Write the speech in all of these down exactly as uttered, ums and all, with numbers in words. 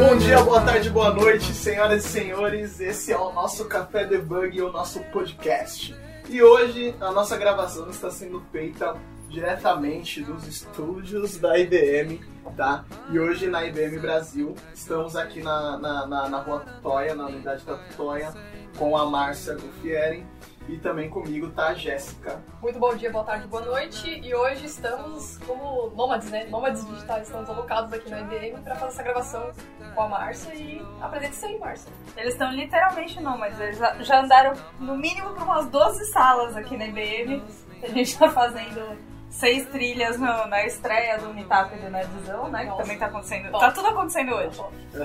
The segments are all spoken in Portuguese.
Bom dia, boa tarde, boa noite, senhoras e senhores. Esse é o nosso Café Debug, o nosso podcast. E hoje a nossa gravação está sendo feita diretamente dos estúdios da I B M, tá? E hoje na I B M Brasil, estamos aqui na, na, na, na Rua Tutóia, na unidade da Tutóia, com a Márcia Guffieri. E também comigo tá a Jéssica. Muito bom dia, boa tarde, boa noite. E hoje estamos como nômades, né? Nômades digitais. Estamos alocados aqui na I B M para fazer essa gravação com a Márcia. E apresente-se aí, Márcia. Eles estão literalmente nômades. Eles já andaram no mínimo por umas doze salas aqui na I B M. A gente está fazendo seis trilhas no, na estreia do Meetup do Nerdzão, né? Nossa. Que também tá acontecendo. Top. Tá tudo acontecendo hoje.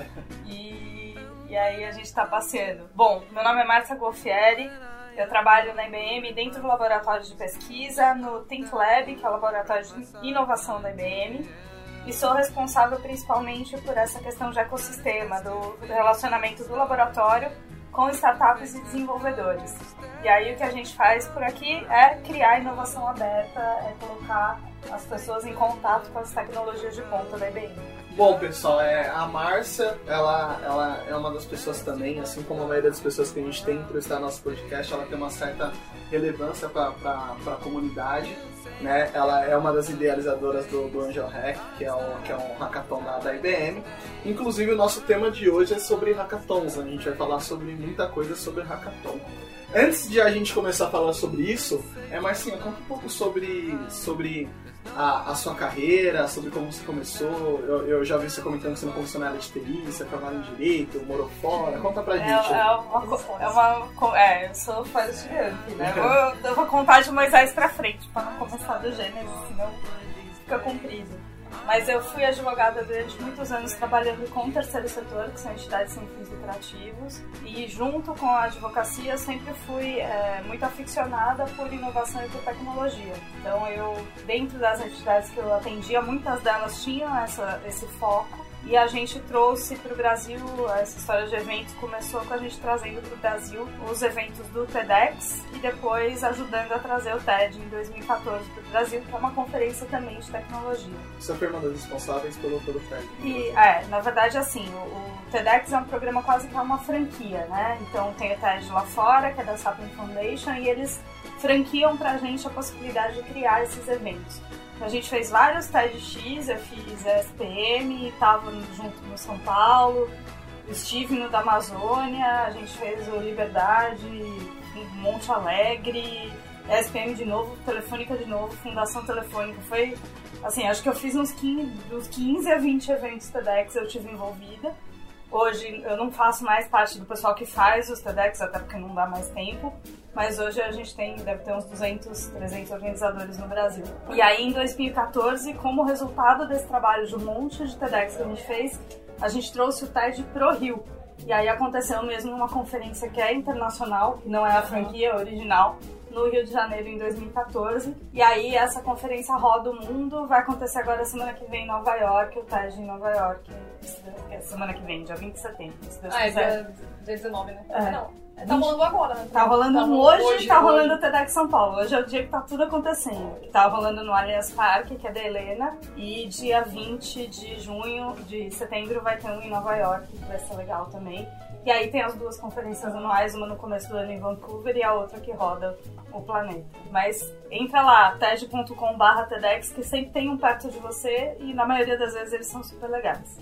E, e aí a gente tá passeando. Bom, meu nome é Márcia Guffieri. Eu trabalho na I B M dentro do laboratório de pesquisa, no Think Lab, que é o laboratório de inovação da I B M, e sou responsável principalmente por essa questão de ecossistema, do relacionamento do laboratório com startups e desenvolvedores. E aí o que a gente faz por aqui é criar inovação aberta, é colocar as pessoas em contato com as tecnologias de ponta da I B M. Bom, pessoal, é, a Márcia, ela, ela é uma das pessoas também, assim como a maioria das pessoas que a gente tem para estar no nosso podcast, ela tem uma certa relevância para a comunidade, né? Ela é uma das idealizadoras do, do Angel Hack, que é, o, que é um hackathon da, da I B M. Inclusive, o nosso tema de hoje é sobre hackathons, a gente vai falar sobre muita coisa sobre hackathon. Antes de a gente começar a falar sobre isso, é, Marcinha, conta um pouco sobre... sobre A, a sua carreira, sobre como você começou. Eu, eu já vi você comentando que você não começou na área de T I, você trabalha em Direito, morou fora. Conta pra é, gente. É uma, é uma, é, eu sou fã de estudante, né? Eu, eu vou contar de Moisés pra frente, pra não começar do Gênesis, senão fica comprido. Mas eu fui advogada durante muitos anos trabalhando com o terceiro setor, que são entidades sem fins lucrativos, e junto com a advocacia eu sempre fui é, muito aficionada por inovação e por tecnologia. Então eu, dentro das entidades que eu atendia, muitas delas tinham essa, esse foco, e a gente trouxe para o Brasil, essa história de eventos começou com a gente trazendo para o Brasil os eventos do TEDx e depois ajudando a trazer o TED em dois mil e quatorze para o Brasil, que é uma conferência também de tecnologia. Você foi uma das responsáveis pelo, pelo TED. E, é, na verdade, assim, o, o TEDx é um programa quase que é uma franquia, né? Então tem o TED lá fora, que é da Sapien Foundation, e eles franquiam para a gente a possibilidade de criar esses eventos. A gente fez vários TEDx, eu fiz S P M, estava junto no São Paulo, estive no da Amazônia, a gente fez o Liberdade, Monte Alegre, S P M de novo, Telefônica de novo, Fundação Telefônica. Foi, assim, acho que eu fiz uns quinze, dos quinze a vinte eventos TEDx eu tive envolvida. Hoje eu não faço mais parte do pessoal que faz os TEDx, até porque não dá mais tempo. Mas hoje a gente tem, deve ter uns duzentos, trezentos organizadores no Brasil. E aí em dois mil e quatorze, como resultado desse trabalho de um monte de TEDx que a gente fez, a gente trouxe o TED pro Rio. E aí aconteceu mesmo uma conferência que é internacional, que não é a franquia original, no Rio de Janeiro em dois mil e quatorze. E aí essa conferência roda o mundo, vai acontecer agora semana que vem em Nova York, o TED em Nova York, que é semana que vem, dia vinte de setembro, se Deus ah, quiser. É dia dezenove, né? É. Não. Tá rolando agora, né? Tá rolando tá hoje, hoje, tá hoje. rolando o TEDx São Paulo. Hoje é o dia que tá tudo acontecendo. Tá rolando no Allianz Parque, que é da Helena, e dia vinte de junho, de setembro, vai ter um em Nova York, que vai ser legal também. E aí tem as duas conferências anuais, uma no começo do ano em Vancouver e a outra que roda o planeta. Mas entra lá, ted ponto com barra TEDx, que sempre tem um perto de você e na maioria das vezes eles são super legais.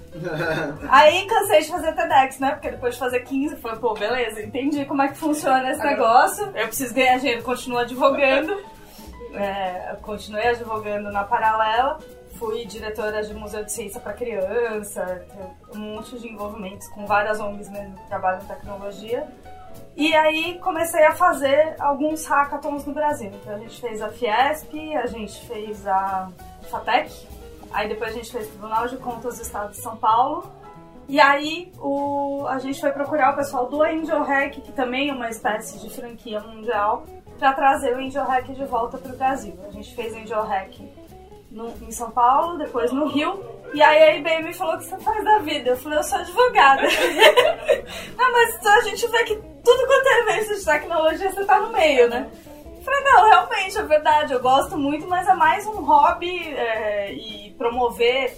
Aí cansei de fazer TEDx, né? Porque depois de fazer quinze, falei, pô, beleza, entendi como é que funciona esse negócio. Eu preciso ganhar dinheiro, continuo advogando. É, continuei advogando na paralela. Fui diretora de Museu de Ciência para Criança, um monte de envolvimentos com várias O N Gs mesmo que trabalham em tecnologia. E aí comecei a fazer alguns hackathons no Brasil. Então a gente fez a Fiesp, a gente fez a FATEC, aí depois a gente fez o Tribunal de Contas do Estado de São Paulo. E aí o, a gente foi procurar o pessoal do Angel Hack, que também é uma espécie de franquia mundial, para trazer o Angel Hack de volta para o Brasil. A gente fez Angel Hack No, em São Paulo, depois no Rio, e aí a I B M falou: o que você faz da vida? Eu falei: eu sou advogada. Não, mas a gente vê que tudo quanto é evento de tecnologia você tá no meio, né? Eu falei: não, realmente, é verdade, eu gosto muito, mas é mais um hobby é, e promover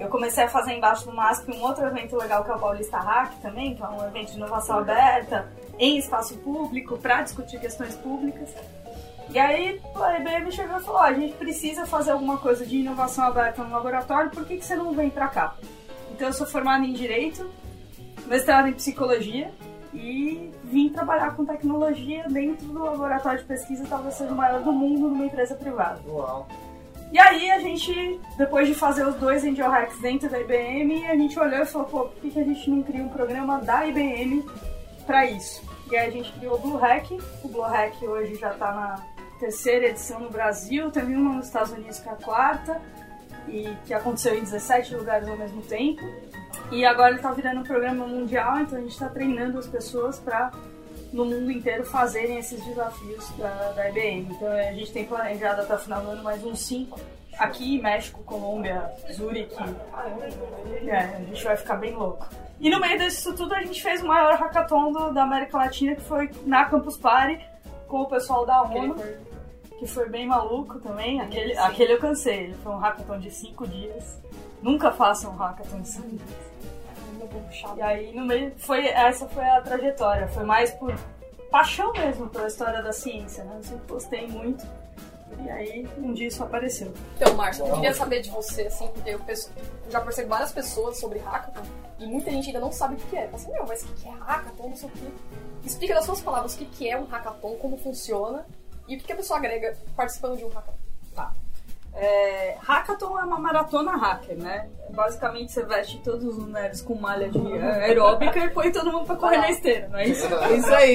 Eu comecei a fazer embaixo do MASP um outro evento legal que é o Paulista Hack também, que é um evento de inovação aberta, em espaço público, para discutir questões públicas. E aí a I B M chegou e falou, oh, a gente precisa fazer alguma coisa de inovação aberta no laboratório, por que, que você não vem pra cá? Então eu sou formada em Direito, mestrado em Psicologia e vim trabalhar com tecnologia dentro do laboratório de pesquisa, talvez seja o maior do mundo numa empresa privada. Uau! E aí a gente, depois de fazer os dois Angel Hacks dentro da I B M, a gente olhou e falou, pô, por que, que a gente não cria um programa da I B M pra isso? E aí a gente criou o Blue Hack, o Blue Hack hoje já tá na terceira edição no Brasil, teve uma nos Estados Unidos que é a quarta, e que aconteceu em dezessete lugares ao mesmo tempo. E agora ele está virando um programa mundial, então a gente está treinando as pessoas para, no mundo inteiro, fazerem esses desafios da, da I B M. Então a gente tem planejado até o final do ano mais uns cinco. Aqui, México, Colômbia, Zurique. É, a gente vai ficar bem louco. E no meio disso tudo a gente fez o maior hackathon do, da América Latina, que foi na Campus Party, com o pessoal da ONU. Que foi bem maluco também, aquele, aquele eu cansei, ele foi um hackathon de cinco dias. Nunca façam um hackathon de cinco dias. E aí no meio, foi, essa foi a trajetória, foi mais por paixão mesmo pela história da ciência, né? Eu sempre gostei muito, e aí um dia isso apareceu. Então, Márcia, eu queria saber de você, assim, porque eu já percebo várias pessoas sobre hackathon, e muita gente ainda não sabe o que é. Fala assim, meu, mas o que é hackathon, não sei o quê. Explica nas suas palavras o que é um hackathon, como funciona, e o que a pessoa agrega participando de um hackathon? Tá. É, hackathon é uma maratona hacker, né? Basicamente você veste todos os nerds com malha de aeróbica e põe todo mundo pra correr na esteira, não é isso? Isso aí.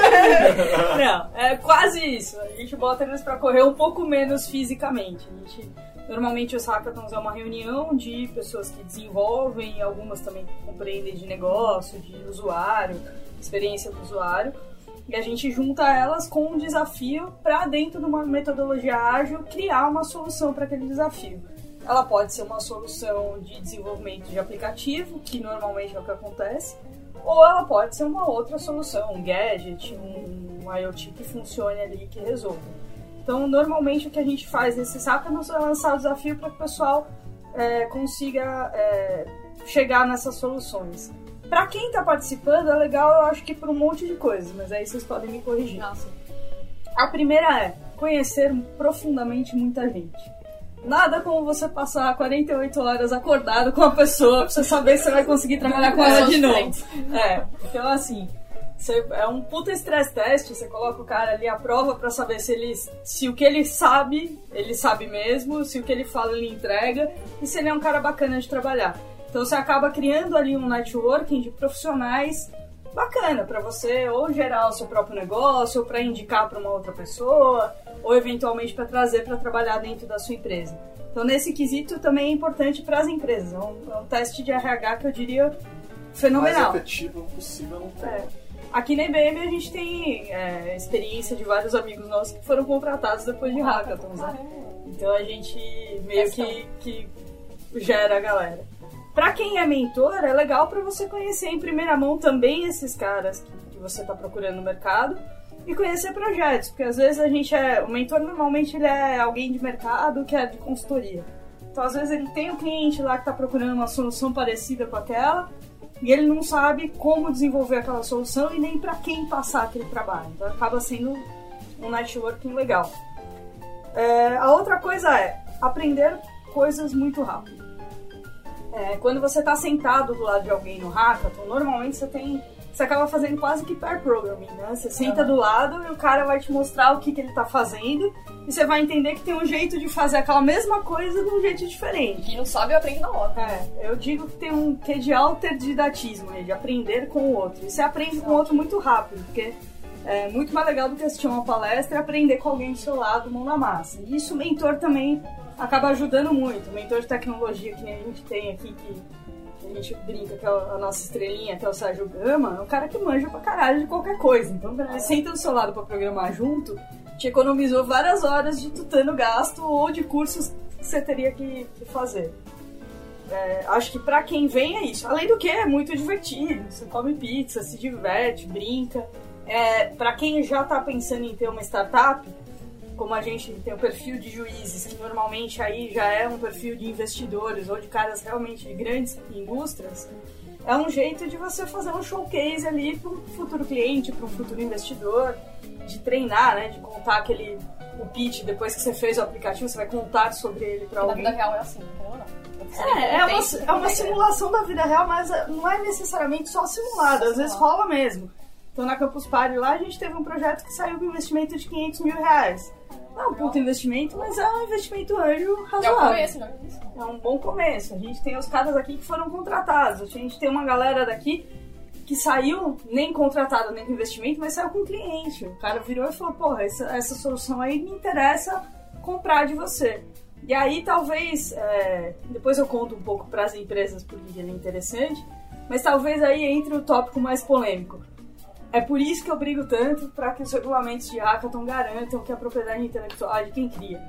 Não, é quase isso. A gente bota eles pra correr um pouco menos fisicamente. A gente, normalmente os hackathons é uma reunião de pessoas que desenvolvem, algumas também compreendem de negócio, de usuário, experiência do usuário. E a gente junta elas com um desafio para, dentro de uma metodologia ágil, criar uma solução para aquele desafio. Ela pode ser uma solução de desenvolvimento de aplicativo, que normalmente é o que acontece, ou ela pode ser uma outra solução, um gadget, um, um IoT que funcione ali, que resolva. Então, normalmente o que a gente faz nesses hackathons é lançar o desafio para que o pessoal é, consiga é, chegar nessas soluções. Pra quem tá participando, é legal, eu acho que por um monte de coisas, mas aí vocês podem me corrigir. Nossa. A primeira é conhecer profundamente muita gente. Nada como você passar quarenta e oito horas acordado com a pessoa pra você saber se você vai conseguir trabalhar com ela de novo. É, então assim, você, é um puta stress test, você coloca o cara ali à prova pra saber se, ele, se o que ele sabe, ele sabe mesmo, se o que ele fala ele entrega, e se ele é um cara bacana de trabalhar. Então você acaba criando ali um networking de profissionais bacana para você ou gerar o seu próprio negócio, ou para indicar para uma outra pessoa, ou eventualmente para trazer para trabalhar dentro da sua empresa. Então nesse quesito também é importante para as empresas. É um, é um teste de R H que eu diria fenomenal. Mais efetivo possível não tem. É. Aqui na I B M a gente tem é, experiência de vários amigos nossos que foram contratados depois de hackathons, né? Então a gente meio que, que gera a galera. Pra quem é mentor, é legal pra você conhecer em primeira mão também esses caras que, que você tá procurando no mercado e conhecer projetos, porque às vezes a gente é... O mentor normalmente ele é alguém de mercado que é de consultoria. Então às vezes ele tem um cliente lá que tá procurando uma solução parecida com aquela e ele não sabe como desenvolver aquela solução e nem pra quem passar aquele trabalho. Então acaba sendo um networking legal. É, a outra coisa é aprender coisas muito rápido. É, quando você está sentado do lado de alguém no hackathon, normalmente você tem, você acaba fazendo quase que pair programming, né? Você senta do lado e o cara vai te mostrar o que, que ele está fazendo e você vai entender que tem um jeito de fazer aquela mesma coisa de um jeito diferente. Quem não sabe, aprende na hora. É, eu digo que tem um quê de alterdidatismo, de aprender com o outro. E você aprende com o outro muito rápido, porque é muito mais legal do que assistir uma palestra e aprender com alguém do seu lado, mão na massa. E isso o mentor também acaba ajudando muito. O mentor de tecnologia que a gente tem aqui, que a gente brinca, que é a nossa estrelinha, que é o Sérgio Gama, é um cara que manja pra caralho de qualquer coisa. Então, quando ele senta do seu lado pra programar junto, te economizou várias horas de tutano gasto ou de cursos que você teria que, que fazer. É, acho que pra quem vem é isso. Além do que, é muito divertido. Você come pizza, se diverte, brinca. É, pra quem já tá pensando em ter uma startup, como a gente tem o perfil de juízes, que normalmente aí já é um perfil de investidores ou de caras realmente de grandes indústrias, é um jeito de você fazer um showcase ali para um futuro cliente, para um futuro investidor, de treinar, né, de contar aquele o pitch, depois que você fez o aplicativo, você vai contar sobre ele para alguém. Na vida real é assim, não é? É, é uma, é uma simulação da vida real, mas não é necessariamente só simulado, às vezes rola mesmo. Então na Campus Party lá a gente teve um projeto que saiu com investimento de quinhentos mil reais. Não é um puto investimento, mas é um investimento anjo razoável. É um começo, né? É um bom começo. A gente tem os caras aqui que foram contratados. A gente tem uma galera daqui que saiu nem contratado nem com investimento, mas saiu com cliente. O cara virou e falou, porra, essa, essa solução aí me interessa comprar de você. E aí talvez, é, depois eu conto um pouco para as empresas porque ele é interessante, mas talvez aí entre o tópico mais polêmico. É por isso que eu brigo tanto para que os regulamentos de hackathon garantam que a propriedade intelectual é de quem cria.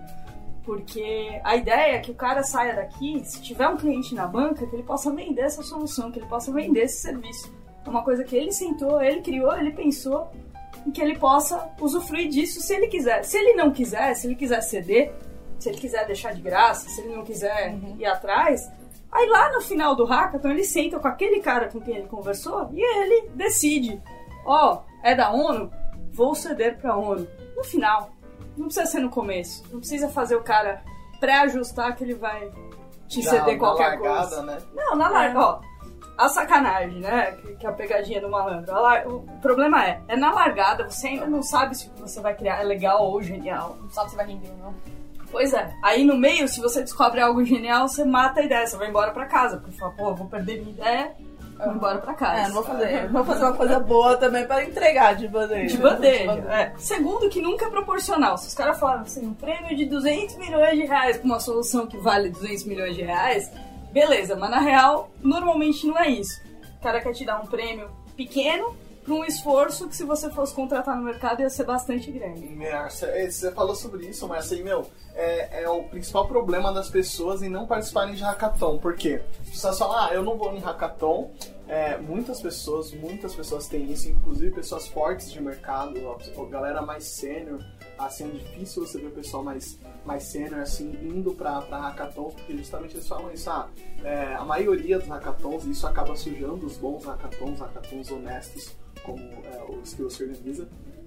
Porque a ideia é que o cara saia daqui, se tiver um cliente na banca, que ele possa vender essa solução, que ele possa vender esse serviço. É uma coisa que ele sentou, ele criou, ele pensou, e que ele possa usufruir disso se ele quiser. Se ele não quiser, se ele quiser ceder, se ele quiser deixar de graça, se ele não quiser uhum. ir atrás, aí lá no final do hackathon ele senta com aquele cara com quem ele conversou e ele decide, ó, oh, é da ONU? Vou ceder pra ONU. No final. Não precisa ser no começo. Não precisa fazer o cara pré-ajustar que ele vai te Já, ceder qualquer largada, coisa. Né? Não, na largada, ó. A sacanagem, né? Que é a pegadinha do malandro. O problema é, é na largada, você ainda não sabe se o que você vai criar é legal ou genial. Não sabe se vai render ou não. Pois é. Aí no meio, se você descobre algo genial, você mata a ideia, você vai embora pra casa. Porque fala, pô, vou perder minha ideia, vou embora pra casa. É, não vou fazer. Vou fazer uma coisa boa também pra entregar de bandeja. De bandeja, é. Segundo, que nunca é proporcional. Se os caras falam assim, um prêmio de duzentos milhões de reais pra uma solução que vale duzentos milhões de reais, beleza, mas na real, normalmente não é isso. O cara quer te dar um prêmio pequeno para um esforço que se você fosse contratar no mercado ia ser bastante grande. Márcia, você falou sobre isso, Márcia, e meu, é, é o principal problema das pessoas em não participarem de hackathon. Por quê? As pessoas falam, ah, eu não vou em hackathon. É, muitas pessoas, muitas pessoas têm isso, inclusive pessoas fortes de mercado, a galera mais sênior. Assim, é difícil você ver o pessoal mais, mais sênior, assim, indo pra, pra hackathons, porque justamente eles falam isso, ah, é, a maioria dos hackathons, e isso acaba sujando os bons hackathons, hackathons honestos, como é, os que você organiza,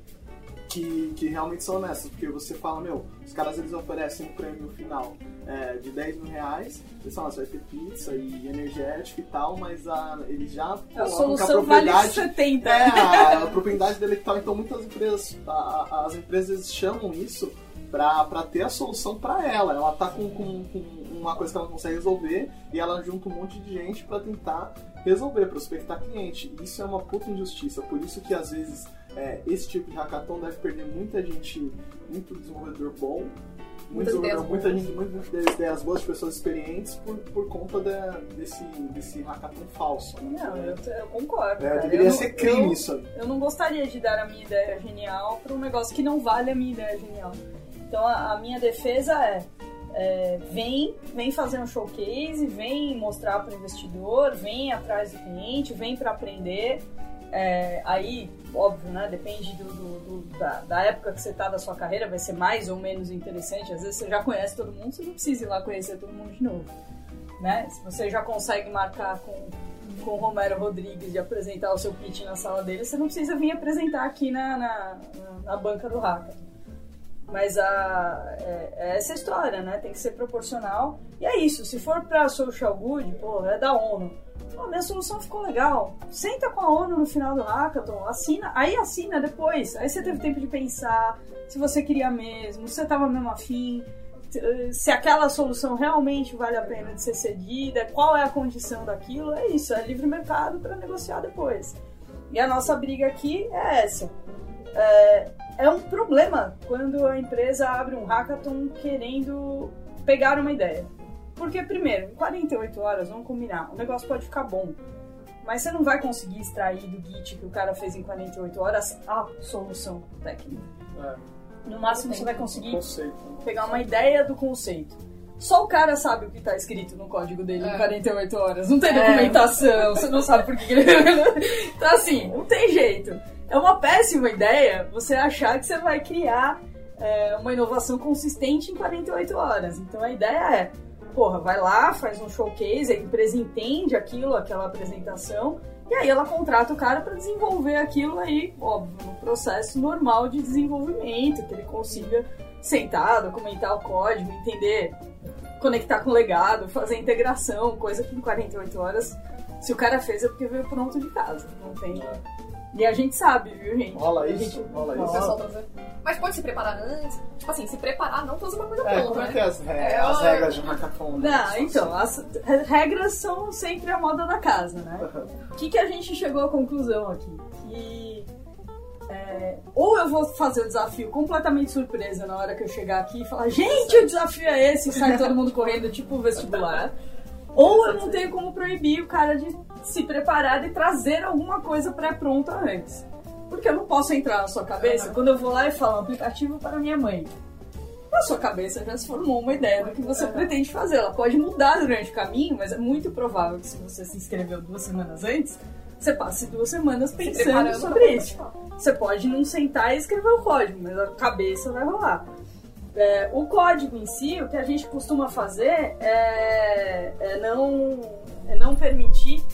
que, que realmente são honestos, porque você fala, meu, os caras eles oferecem um prêmio final é, de dez mil reais, eles falam, você vai ter pizza e energético e tal, mas a, eles já a solução vale setenta. É, a, a propriedade intelectual, então muitas empresas, a, a, as empresas chamam isso pra, pra ter a solução pra ela, ela tá com, com, com uma coisa que ela não consegue resolver e ela junta um monte de gente pra tentar resolver, prospectar cliente. Isso é uma puta injustiça, por isso que às vezes é, esse tipo de hackathon deve perder muita gente, muito desenvolvedor bom, muito desenvolvedor, muita gente, muitas ideias boas de pessoas experientes por, por conta de, desse, desse hackathon falso. Né? Não, eu, eu concordo. É, deveria eu ser não, crime eu, isso aí. Eu não gostaria de dar a minha ideia genial para um negócio que não vale a minha ideia genial. Então a, a minha defesa é É, vem, vem fazer um showcase, vem mostrar para o investidor, vem atrás do cliente, vem para aprender. É, aí, óbvio, né, depende do, do, do, da, da época que você está da sua carreira, vai ser mais ou menos interessante. Às vezes você já conhece todo mundo, você não precisa ir lá conhecer todo mundo de novo. Né? Se você já consegue marcar com, com o Romero Rodrigues de apresentar o seu pitch na sala dele, você não precisa vir apresentar aqui na, na, na banca do Hackathon. Mas a, é, é essa história, né? Tem que ser proporcional. E é isso, se for pra social good, pô, é da ONU. Pô, minha solução ficou legal. Senta com a ONU no final do hackathon, assina, aí assina depois. Aí você teve tempo de pensar se você queria mesmo, se você tava mesmo afim, se aquela solução realmente vale a pena de ser cedida, qual é a condição daquilo. É isso, é livre mercado para negociar depois. E a nossa briga aqui é essa. É, é um problema quando a empresa abre um hackathon querendo pegar uma ideia. Porque, primeiro, em quarenta e oito horas, vamos combinar, o negócio pode ficar bom, mas você não vai conseguir extrair do Git que o cara fez em quarenta e oito horas a solução técnica. É. No máximo, você vai conseguir pegar uma ideia do conceito. Só o cara sabe o que está escrito no código dele é. em quarenta e oito horas. Não tem documentação, é. você não sabe por que ele... Então, assim, não tem jeito. É uma péssima ideia você achar que você vai criar é, uma inovação consistente em quarenta e oito horas. Então a ideia é, porra, vai lá, faz um showcase, a empresa entende aquilo, aquela apresentação, e aí ela contrata o cara para desenvolver aquilo aí, óbvio, no processo normal de desenvolvimento, que ele consiga sentar, documentar o código, entender, conectar com o legado, fazer integração, coisa que em quarenta e oito horas, se o cara fez é porque veio pronto de casa, não tem... E a gente sabe, viu, gente? Rola A isso, gente... rola O isso. pessoal tá dizendo. Mas pode se preparar antes. Tipo assim, se preparar, não fazer uma coisa É, pronta, como é né? que é as, re- É, as ó, regras de um hackathon? né? Não, então, as regras são sempre a moda da casa, né? O que, que a gente chegou à conclusão aqui? Que é, ou eu vou fazer o desafio completamente surpresa na hora que eu chegar aqui e falar, gente, o desafio é esse, e sai todo mundo correndo, tipo o vestibular. Ou eu não tenho como proibir o cara de se preparar e trazer alguma coisa pré-pronta antes. Porque eu não posso entrar na sua cabeça quando eu vou lá e falo um aplicativo para minha mãe. Na sua cabeça já se formou uma ideia do que você pretende fazer. Ela pode mudar durante o caminho, mas é muito provável que se você se inscreveu duas semanas antes, você passe duas semanas pensando preparando sobre pra isso. Você pode não sentar e escrever o código, mas a cabeça vai rolar. É, o código em si, o que a gente costuma fazer é, é, não, é não permitir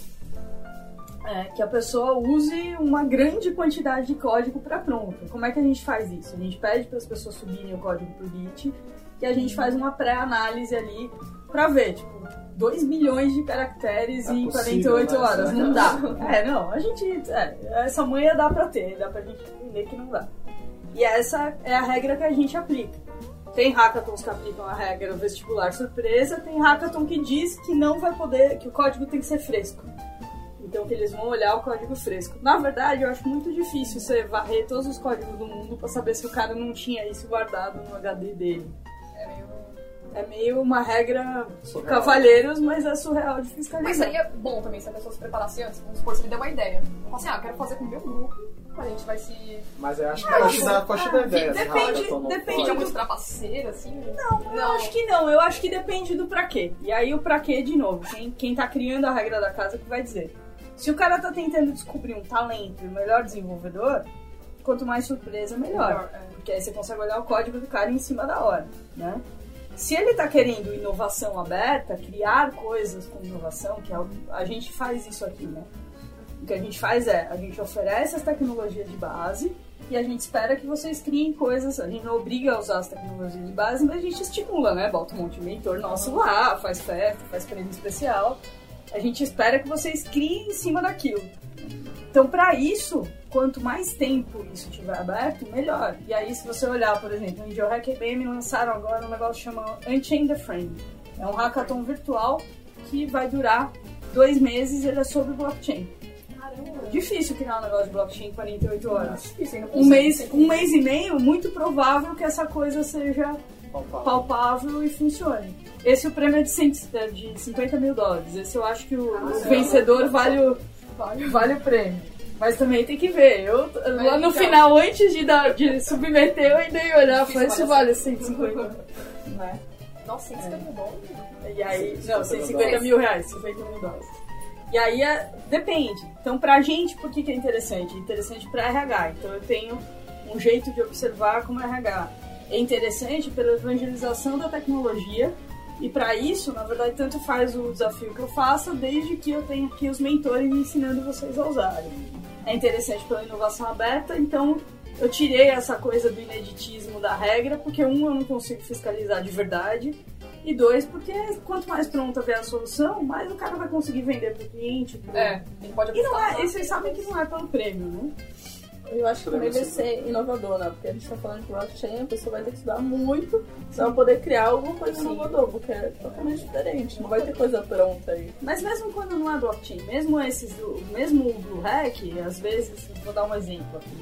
é, que a pessoa use uma grande quantidade de código para pronto. Como é que a gente faz isso? A gente pede para as pessoas subirem o código pro Git e a gente faz uma pré-análise ali para ver, tipo, dois milhões de caracteres É em possível, quarenta e oito né? horas. Não dá. É, não, a gente... É, essa manha dá pra ter, dá pra gente entender que não dá. E essa é a regra que a gente aplica. Tem hackathons que aplicam a regra vestibular surpresa, tem hackathon que diz que não vai poder, que o código tem que ser fresco. Então que eles vão olhar o código fresco. Na verdade, eu acho muito difícil você varrer todos os códigos do mundo pra saber se o cara não tinha isso guardado no H D dele. É meio... É meio uma regra Surreal. cavalheiros, mas é surreal de Mas fiscalizar. seria bom também se a pessoa se preparasse antes. Vamos supor, se me der uma ideia. Eu falo assim, ah, eu quero fazer com o meu grupo, a gente vai se... Mas eu acho que pode dar, pode dar ideia. depende- esse hackathon não depende pode. Fica muito trapaceira, assim. Não, eu acho que não. Eu acho que depende do pra quê. E aí o pra quê, de novo, quem, quem tá criando a regra da casa que vai dizer. Se o cara tá tentando descobrir um talento e o melhor desenvolvedor, quanto mais surpresa, melhor. Melhor, é. Porque aí você consegue olhar o código do cara em cima da hora, né? Se ele tá querendo inovação aberta, criar coisas com inovação, que é o, a gente faz isso aqui, né? O que a gente faz é, a gente oferece as tecnologias de base e a gente espera que vocês criem coisas, a gente não obriga a usar as tecnologias de base, mas a gente estimula, né? Bota um monte de mentor nosso lá, faz festa, faz prêmio especial. A gente espera que vocês criem em cima daquilo. Então, para isso, quanto mais tempo isso estiver aberto, melhor. E aí, se você olhar, por exemplo, no Joe Hack B M lançaram agora um negócio chamado Unchain the Frame. É um hackathon virtual que vai durar dois meses e ele é sobre blockchain. Caramba. Difícil criar um negócio de blockchain em quarenta e oito horas. Difícil, ainda Um consegue, mês, sem um mês e meio, muito provável que essa coisa seja Palpável. palpável e funcione. Esse é o prêmio é de, cem, de cinquenta mil dólares. Esse eu acho que o, o Caramba. vencedor vale o, Vale. vale o prêmio. Mas também tem que ver. Eu, lá no então- final, antes de, dar, de submeter, eu ainda ia olhar e Difícil, falei, isso mas- vale cento e cinquenta. Né? Nossa, cento e cinquenta dólares. E aí, cento e não, cinquenta cento e cinquenta mil reais, cinquenta mil dólares. E aí, é, depende. Então, pra gente, por que, que é interessante? É interessante pra R H. Então, eu tenho um jeito de observar como R H. É interessante pela evangelização da tecnologia. E para isso, na verdade, tanto faz o desafio que eu faça, desde que eu tenha aqui os mentores ensinando vocês a usarem. É interessante pela inovação aberta, então eu tirei essa coisa do ineditismo da regra, porque um, eu não consigo fiscalizar de verdade, e dois, porque quanto mais pronta vier a solução, mais o cara vai conseguir vender pro cliente. Pro... É, ele pode E, não apostar. é, e vocês sabem que não é pelo prêmio, né? Eu acho que também vai ser inovador, né? Porque a gente tá falando de blockchain, a pessoa vai ter que estudar muito pra poder criar alguma coisa inovadora, porque é totalmente diferente. Não vai ter coisa pronta aí. Mas mesmo quando não é blockchain, mesmo esses, do- mesmo o Blue Hack, às vezes, vou dar um exemplo aqui.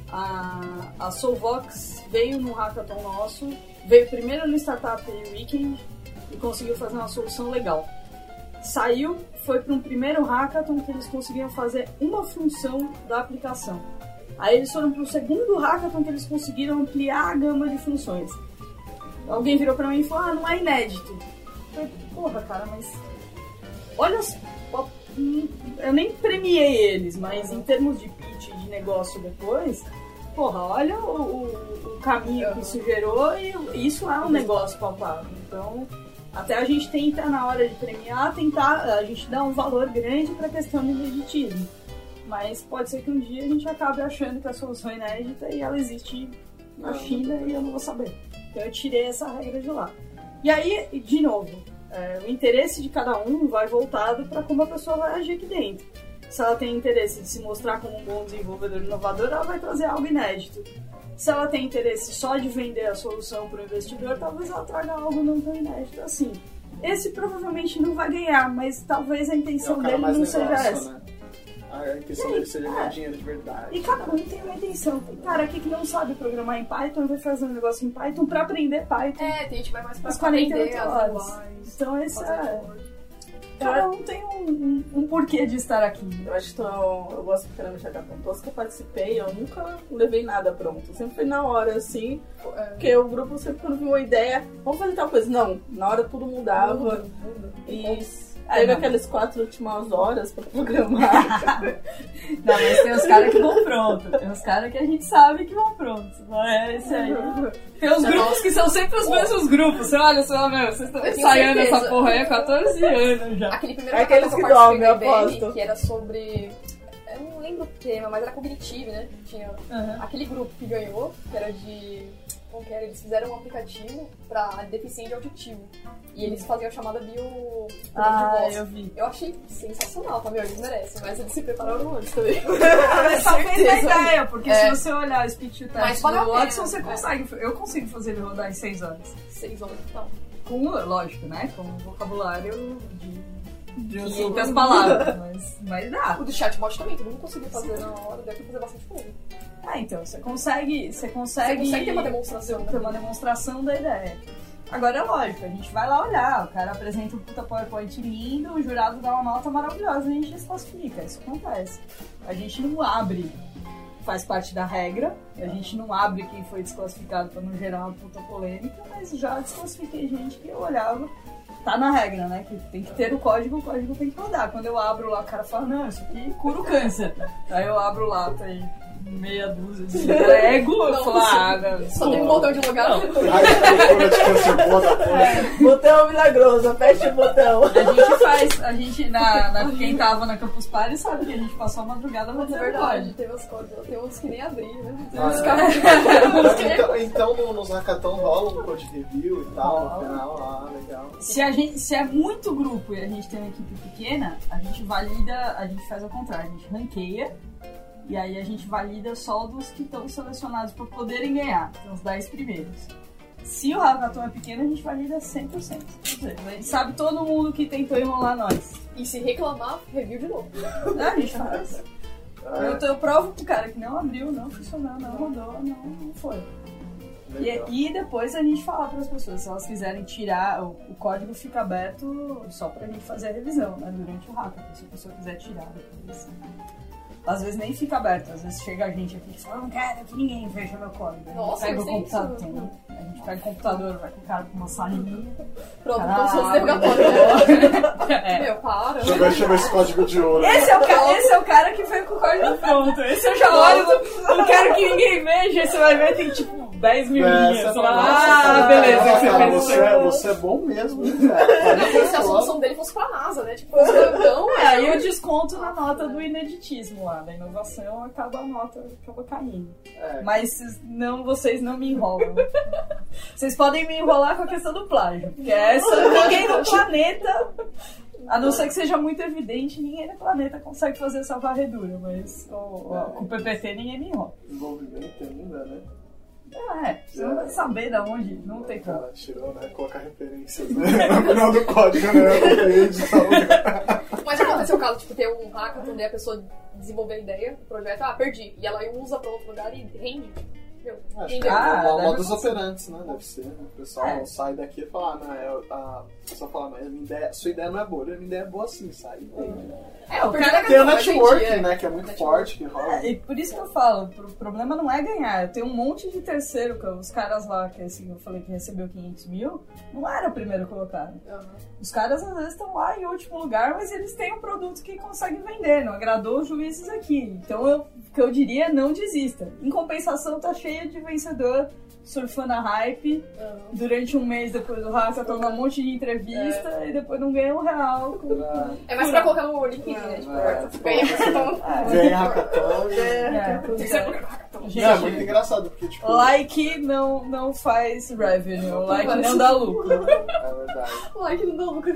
A, a Solvox veio num hackathon nosso, veio primeiro no Startup Weekend e conseguiu fazer uma solução legal. Saiu, foi para um primeiro hackathon que eles conseguiram fazer uma função da aplicação. Aí eles foram para o segundo hackathon que eles conseguiram ampliar a gama de funções. Alguém virou para mim e falou, ah, não é inédito. Eu falei, porra, cara, mas... Olha, as- ó, hum, eu nem premiei eles, mas em termos de pitch de negócio depois, porra, olha o, o, o caminho que isso gerou e isso é um negócio palpável. Então, até a gente tenta, na hora de premiar, tentar, a gente dá um valor grande pra questão do ineditismo. Mas pode ser que um dia a gente acabe achando que a solução é inédita e ela existe na China e eu não vou saber. Então eu tirei essa regra de lá. E aí, de novo, é, o interesse de cada um vai voltado para como a pessoa vai agir aqui dentro. Se ela tem interesse de se mostrar como um bom desenvolvedor inovador, ela vai trazer algo inédito. Se ela tem interesse só de vender a solução para o investidor, talvez ela traga algo não tão inédito assim. Esse provavelmente não vai ganhar, mas talvez a intenção é dele não negócio, seja essa. Né? A intenção dele seja ganhar dinheiro de verdade. E cada um tem uma intenção. Tem cara aqui que não sabe programar em Python, vai fazer um negócio em Python pra aprender Python. É, tem gente que vai mais pra as quarenta aprender horas. as linguagens. Então esse é... Cada um tem um, um, um porquê de estar aqui. Eu acho que tô, eu gosto de caramba de hackathon. Todos que eu participei, eu nunca levei nada pronto. Sempre foi na hora, assim. Porque o grupo sempre quando viu uma ideia, vamos fazer tal coisa. Não, na hora tudo mudava. Muda, muda. E teve é, aquelas quatro últimas horas pra programar. Não, mas tem os caras que vão pronto. Tem os caras que a gente sabe que vão pronto. Não é esse aí. Tem os grupos que são sempre os mesmos grupos. Você olha só, meu, vocês estão ensaiando essa porra aí há quatorze anos já. Aquele primeiro é aqueles que dormem, eu aposto. Que era sobre... Eu não lembro o tema, mas era cognitivo, né? Tinha uhum. aquele grupo que ganhou, que era de... Como que era? Eles fizeram um aplicativo pra deficiente auditivo. E eles faziam a chamada bio... Ah, de voz. eu vi. Eu achei sensacional, tá, meu? Eles merecem, mas eles se prepararam antes também. Mas só fez a ideia, porque é. se você olhar o speech to text vale do Watson, você é. consegue. Eu consigo fazer ele rodar em seis horas. seis horas, então. Com, lógico, né? Com um vocabulário de... De quinhentas palavras, mas, mas dá. O do chatbot também, todo mundo conseguiu fazer na hora, deve fazer bastante coisa. Ah, então, você consegue, você consegue... Você consegue ter uma demonstração. Ter uma demonstração da ideia. Agora é lógico, a gente vai lá olhar, o cara apresenta um puta PowerPoint lindo, o jurado dá uma nota maravilhosa e a gente desclassifica, isso acontece. A gente não abre, faz parte da regra, a gente não abre quem foi desclassificado pra não gerar uma puta polêmica, mas já desclassifiquei gente que eu olhava. Tá na regra, né? Que tem que ter o código, o código tem que rodar. Quando eu abro lá, o cara fala, não, isso aqui cura o câncer. Aí eu abro lá, tem meia dúzia de Lego, eu falo, ah, não, só tem um botão de lugar. Ai, cura de câncer, bota, é, botão milagroso, aperte o botão. A gente faz, a gente, na, na, quem tava na Campus Party sabe que a gente passou a madrugada na verdade. Tem uns códigos, tem uns que nem abri, né? Tem ah, uns é. caras Então, então no, nos hackathon rola um code review e tal, no final, ah, legal. Se, a gente, se é muito grupo e a gente tem uma equipe pequena, a gente valida, a gente faz ao contrário, a gente ranqueia. E aí a gente valida só dos que estão selecionados para poderem ganhar, então os dez primeiros. Se o hackathon é pequeno, a gente valida cem por cento. A gente sabe todo mundo que tentou enrolar nós. E se reclamar, review de novo. Não, a gente faz. É. Eu, eu provo pro cara que não abriu, não funcionou, não rodou, não, não foi. E, e depois a gente fala para as pessoas, se elas quiserem tirar, o, o código fica aberto só pra gente fazer a revisão, né, durante o hackathon, se a pessoa quiser tirar depois. Às vezes nem fica aberto, às vezes chega a gente aqui e fala, não quero que ninguém veja meu código. Nossa, pega o tem computador, isso. Tem, a gente pega o computador, vai com o cara com uma salinha. Pronto, ah, como se fosse interrogatório. É. Meu, para. Já vai chamar esse código de ouro. Esse é, o ca- esse é o cara que veio com o código pronto. Esse eu já olho, não quero que ninguém veja. Você vai ver, tem tipo dez mil É, linhas. você Lá, fala, ah, cara, beleza, cara, você cara, fez você, é, você é bom mesmo, hein, cara? Como se a solução dele fosse pra NASA, né? Tipo, então, É, aí eu desconto na nota do ineditismo lá, da inovação, acaba a nota, acaba caindo. É. Mas não, vocês não me enrolam. Vocês podem me enrolar com a questão do plágio, porque essa ninguém no planeta, a não ser que seja muito evidente, ninguém no planeta consegue fazer essa varredura, mas o, o, com o P P T ninguém me enrola. Desenvolvimento ainda, né? Ah, é, você não vai saber de onde, não tem como. Cara, tirou, né? Colocar referências, né? No final do código, né? Mas já aconteceu o caso, tipo, ter um hackathon, daí a pessoa desenvolver a ideia, o projeto, ah, perdi. E ela usa pra outro lugar e rende. Meu, Acho quem que é Ah, uma deve modus acontecer. operantes, né? Deve ser. Né? O pessoal É. sai daqui e fala, ah, não, é, a o pessoal fala, mas a minha ideia, sua ideia não é boa, a minha ideia é boa sim, sai. É, o Tem o cara network, né? Que é muito forte, que rola. É, e por isso que eu falo, o problema não é ganhar. Tem um monte de terceiro, que os caras lá, que assim, eu falei que recebeu quinhentos mil, não era o primeiro colocado. Os caras às vezes estão lá em último lugar, mas eles têm um produto que conseguem vender, não agradou os juízes aqui. Então eu, o que eu diria, não desista. Em compensação, tá cheio de vencedor surfando a hype Uhum. durante um mês depois do hackathon, um monte de entrevista É. e depois não ganha um real. Com... É mais pra colocar no LinkedIn, né? Tipo, É. ganha hackathon. Ganha hackathon e... É. Tem que ser hackathon. Gente, Não, é muito engraçado, porque, tipo... like não, não faz revenue, like Parece- não dá lucro. É verdade. Like não dá lucro.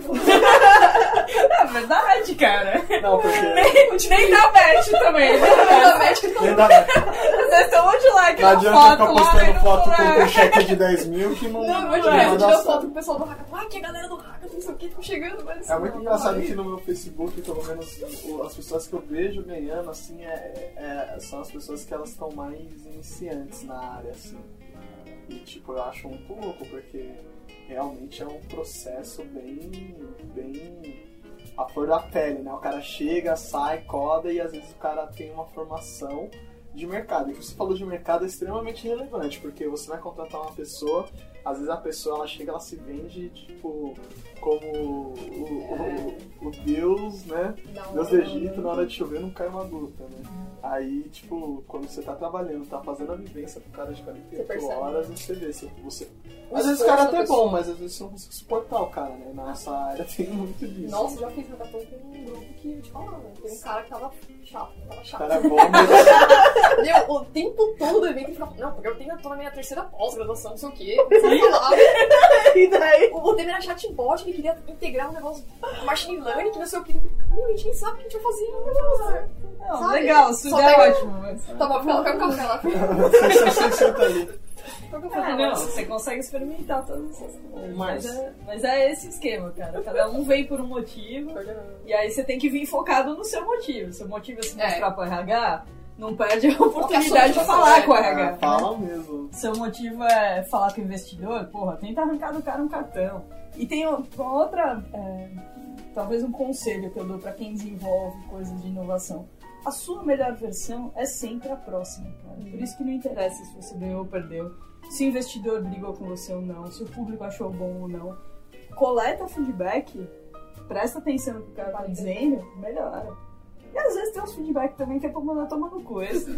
É verdade, cara. Não, porque... Nem, nem dá match também. Da médica Nem dá, Às vezes tem um monte de like não na adianta foto ficar lá. postando e não foto é. com um cheque de dez mil que não... Não, não mas vai eu dar tirei certo. foto com o pessoal do hackathon. Ah, que a galera do hackathon, não sei o que, tô chegando, mas... É muito engraçado que no meu Facebook, pelo menos, o- as pessoas que eu vejo ganhando, assim, é, é- são as pessoas que elas estão mais iniciantes na área, assim. E, tipo, eu acho muito louco, porque realmente é um processo bem, bem a flor da pele, né? O cara chega, sai, coda e às vezes o cara tem uma formação de mercado. E o que você falou de mercado é extremamente relevante, porque você vai contratar uma pessoa, às vezes a pessoa ela chega, ela se vende, tipo, como o, o, o, o Deus, né? Não, Deus do Egito, na hora de chover não cai uma gota, né? Aí, tipo, quando você tá trabalhando, tá fazendo a vivência pro cara de quarenta e Você oito percebe. horas, você vê se você... O Às vezes o esforço cara da até é pessoa. bom, mas às vezes você não consegue suportar o cara, né? Na nossa área tem muito disso. Nossa, já fiz hackathon com um grupo que eu te falava. Tem um cara que tava chato, tava O chato. cara é bom, mas... Meu, o tempo todo do evento ele ficava, não, porque eu tenho, eu tô na minha terceira pós-graduação, não sei o quê. Você falava. E daí? O tema era chatbot, ele queria integrar um negócio machine learning, que não sei o quê. Eu falei, meu, a gente nem sabe o que a gente vai fazer ainda. Não, Sabe? legal, isso Só é pega- ótimo. Mas... Tá bom, fica pega um café lá. Você senta ali. Pega um café Ah, lá. não, você consegue experimentar todas essas coisas. Mas- Mas é, mas é esse esquema, cara. Cada um vem por um motivo. E aí você tem que vir focado no seu motivo. Seu motivo é se É. mostrar pro R H, não perde a oportunidade de sua falar motivação, com o é. R H. Ah, fala mesmo. Seu motivo é falar com o investidor, porra, tenta arrancar do cara um cartão. E tem uma outra, é, talvez um conselho que eu dou pra quem desenvolve coisas de inovação. A sua melhor versão é sempre a próxima, cara. Por isso que não interessa se você ganhou ou perdeu, se o investidor brigou com você ou não, se o público achou bom ou não. Coleta feedback, presta atenção no que o cara tá dizendo, melhora. E às vezes tem uns feedback também que é pra mandar tomar no cu. Esse,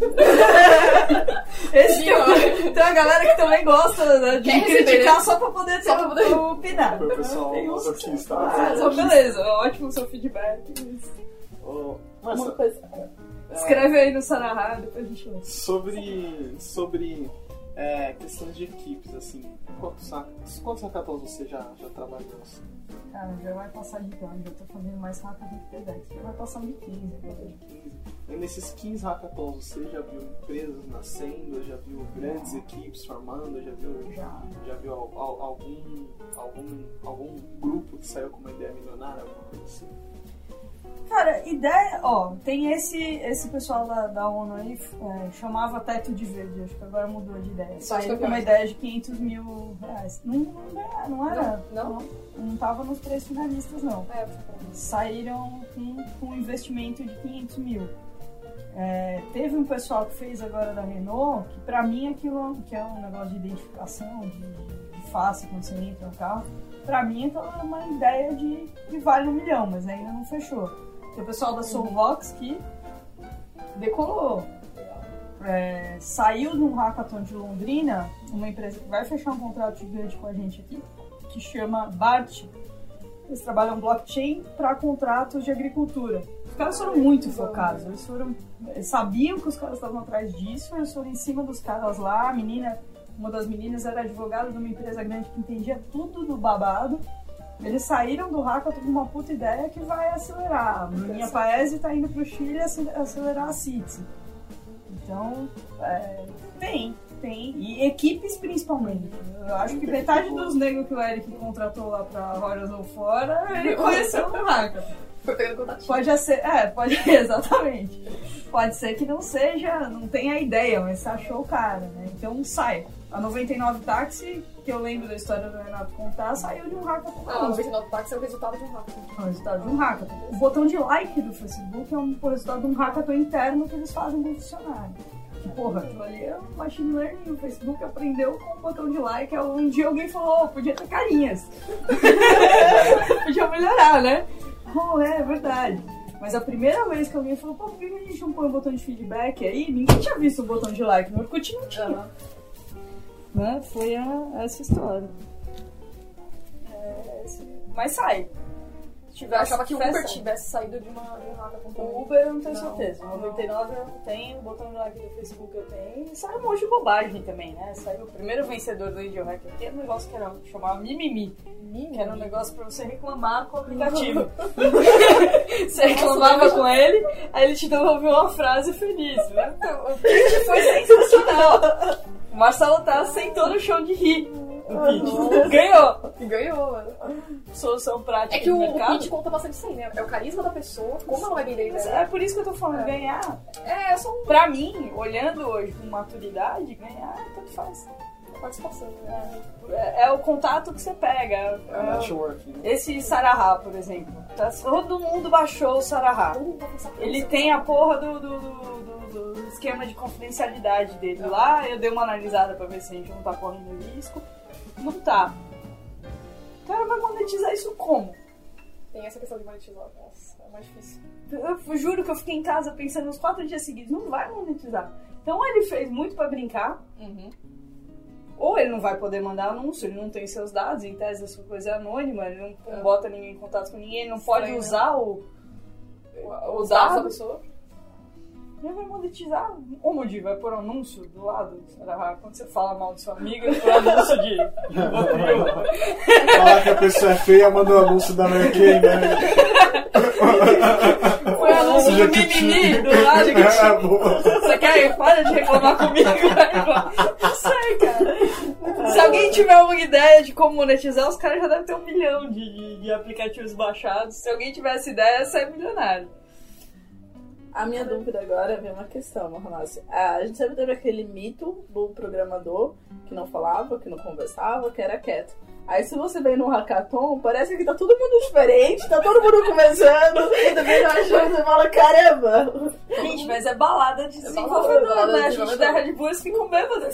esse tem, tem uma galera que também gosta, né, de Quer receber, criticar né? só pra poder ter Só pra poder- o opinar. Foi o pessoal Tem uns- masoquista. Ah, então beleza, ótimo o seu feedback. Ô, Uma Marcia, coisa. Escreve aí no Sarahá, depois a gente lê. sobre, sobre é, questões de equipes, assim, quantos, hack- quantos hackathons você já, já trabalhou? Assim? Cara, já vai passar de ano, já tô fazendo mais rápido do que T D X, já vai passar de quinze. Agora. quinze. E nesses quinze hackathons, você já viu empresas nascendo, já viu grandes equipes formando, já viu, Já. já viu al- al- algum, algum, algum grupo que saiu com uma ideia milionária, alguma coisa assim? Cara, ideia, ó, tem esse, esse pessoal da, da ONU aí, é, chamava Teto de Verde, acho que agora mudou de ideia. Só Saiu com uma ideia de quinhentos mil reais. Não, não, não era, Não? não, não tava nos três finalistas, não. É, Saíram com, com um investimento de quinhentos mil. É, teve um pessoal que fez agora da Renault, que pra mim aquilo que é um negócio de identificação, de, de face quando você entra no carro, pra mim aquilo é uma ideia de que vale um milhão, mas ainda não fechou. Tem o pessoal da Soulvox que decolou. É, saiu de um hackathon de Londrina, uma empresa que vai fechar um contrato gigante com a gente aqui, que chama BART. Eles trabalham blockchain para contratos de agricultura. Os caras foram muito focados, eles foram, eles sabiam que os caras estavam atrás disso, eles foram em cima dos caras lá. A menina, uma das meninas era advogada de uma empresa grande que entendia tudo do babado. Eles saíram do hackathon com uma puta ideia que vai acelerar. A Bruninha Paese tá indo pro Chile acelerar a CITES. Então, é, tem, tem. E equipes principalmente. Eu acho que metade dos negros que o Eric contratou lá pra Horizon fora, ele conheceu no hackathon. Foi pegando contatinho. Pode ser, é, pode, exatamente. Pode ser que não seja, não tenha ideia, mas você achou o cara, né? Então sai. A noventa e nove Táxi, que eu lembro da história do Renato contar, saiu de um hackathon. Ah, o noventa e nove Táxi é o resultado de um hackathon. É o resultado de um hackathon. O botão de like do Facebook é um o resultado de um hackathon interno que eles fazem com o funcionário. Que porra, aquilo ali é um machine learning. O Facebook aprendeu com o botão de like. Um dia alguém falou, oh, podia ter carinhas. Podia melhorar, né? Oh, é, é verdade. Mas a primeira vez que alguém falou, pô, por que a gente não põe um botão de feedback aí? Ninguém tinha visto o botão de like. No Orkut não tinha. Uhum. Né? Foi a, essa história. É, esse... Mas sai. Eu achava que o Uber tivesse saído de uma hackathon. O Uber eu não tenho não, certeza. O noventa e nove eu tenho, o botão de like do Facebook eu tenho. E sai um monte de bobagem também, né? Saiu o primeiro vencedor do Radio Hack aqui, era um negócio que era, chamava Mimimi. Mimimi. Que era um negócio pra você reclamar com o aplicativo. Você reclamava com ele, aí ele te devolveu uma frase feliz. Então, o pitch foi sensacional. O Marcelo tá sentou no chão de rir. O pitch. Ganhou! Ganhou, mano. Solução prática. É que o, o pitch conta bastante isso aí, né? É o carisma da pessoa, como ela vai vender. É por isso que eu tô falando, é. ganhar. É, só um... Pra mim, olhando hoje com maturidade, ganhar tanto faz. Participação, né? É, é o contato que você pega. É, é network, né? Esse Sarahá, por exemplo. Tá, todo mundo baixou o Sarahá. Ele tem a porra do, do, do, do esquema de confidencialidade dele lá. Eu dei uma analisada pra ver se a gente não tá correndo risco. Não tá. O cara vai monetizar isso como? Tem essa questão de monetizar. Nossa, é mais difícil. Eu, eu juro que eu fiquei em casa pensando nos quatro dias seguidos. Não vai monetizar. Então ele fez muito pra brincar. Uhum. Ou ele não vai poder mandar anúncio, ele não tem seus dados, em tese a sua coisa é anônima, ele não, não bota ninguém em contato com ninguém, ele não pode Estranho, usar o, o, o dado da pessoa. Ele vai monetizar. Ô, Moody, vai pôr um anúncio do lado. Quando você fala mal de sua amiga, ele põe anúncio de... Falar que a pessoa é feia, manda o um anúncio da Mary Kay, né? Põe anúncio do mimimi do lado. Que te... Você quer? Para de reclamar comigo. Não sei, cara. Se alguém tiver uma ideia de como monetizar, os caras já devem ter um milhão de, de, de aplicativos baixados. Se alguém tivesse ideia, você é milionário. A minha dúvida agora é uma questão, Mohamed. A gente sempre teve aquele mito do programador que não falava, que não conversava, que era quieto. Aí se você vem no hackathon, parece que tá todo mundo diferente, tá todo mundo conversando, e também não achando, você fala, caramba! Gente, mas é balada de desenvolvedor, né? A gente da Red Bull ficam bêbados.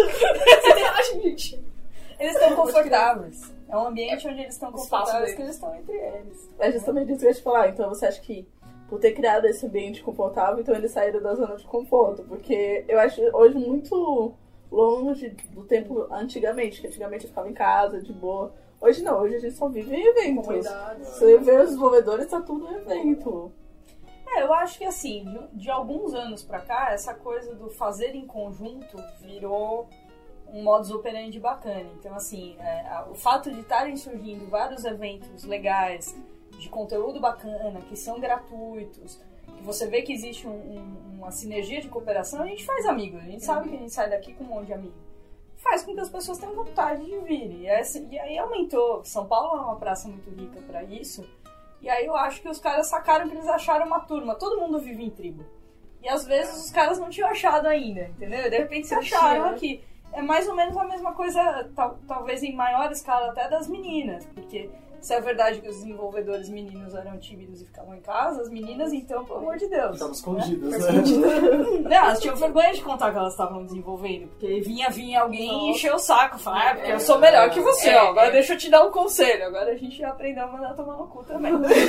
Eles estão confortáveis. É um ambiente onde eles estão confortáveis, que eles estão entre eles. É justamente isso que eu ia te falar. Então você acha que por ter criado esse ambiente confortável, então eles saíram da zona de conforto? Porque eu acho hoje muito longe do tempo antigamente, que antigamente eu ficava em casa, de boa. Hoje não, hoje a gente só vive em eventos. Você vê os desenvolvedores, tá tudo em evento. É, eu acho que assim, de, de alguns anos pra cá, essa coisa do fazer em conjunto virou um modus operandi bacana. Então assim, é, o fato de estarem surgindo vários eventos legais, de conteúdo bacana, que são gratuitos, que você vê que existe um, um, uma sinergia de cooperação, a gente faz amigos, a gente sabe que a gente sai daqui com um monte de amigos. Faz com que as pessoas tenham vontade de vir. E, essa, e aí aumentou. São Paulo é uma praça muito rica pra isso. E aí eu acho que os caras sacaram que eles acharam uma turma. Todo mundo vive em tribo. E às vezes os caras não tinham achado ainda, entendeu? De repente se acharam aqui. É mais ou menos a mesma coisa, tal, talvez em maior escala até das meninas. Porque se é verdade que os desenvolvedores meninos eram tímidos e ficavam em casa, as meninas, então, pelo amor de Deus. Estavam escondidas, né? né? Não, elas tinham vergonha de contar que elas estavam desenvolvendo. Porque vinha, vinha alguém Nossa. e encheu o saco. Falar, ah, porque eu sou melhor que você, é, ó. Agora é. deixa eu te dar um conselho. Agora a gente já aprendeu a mandar tomar no cu também.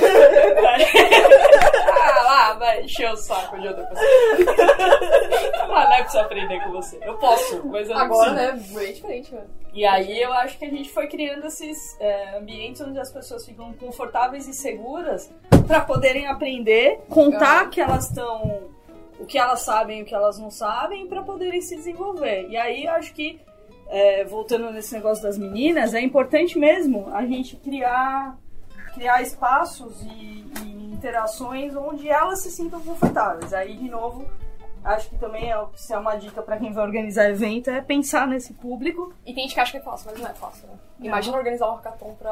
ah, lá, vai encher o saco de outra pessoa. Mas não é pra você aprender com você. Eu posso, mas eu não Agora, preciso. né? Bem diferente, mano. E aí eu acho que a gente foi criando esses é, ambientes onde as pessoas ficam confortáveis e seguras para poderem aprender, contar que elas estão, o que elas sabem e o que elas não sabem, para poderem se desenvolver. E aí eu acho que, é, voltando nesse negócio das meninas, é importante mesmo a gente criar, criar espaços e, e interações onde elas se sintam confortáveis. Aí, de novo, acho que também é, se é uma dica pra quem vai organizar evento, é pensar nesse público. E tem gente que acha que é fácil, mas não é fácil, né? Imagina organizar um hackathon pra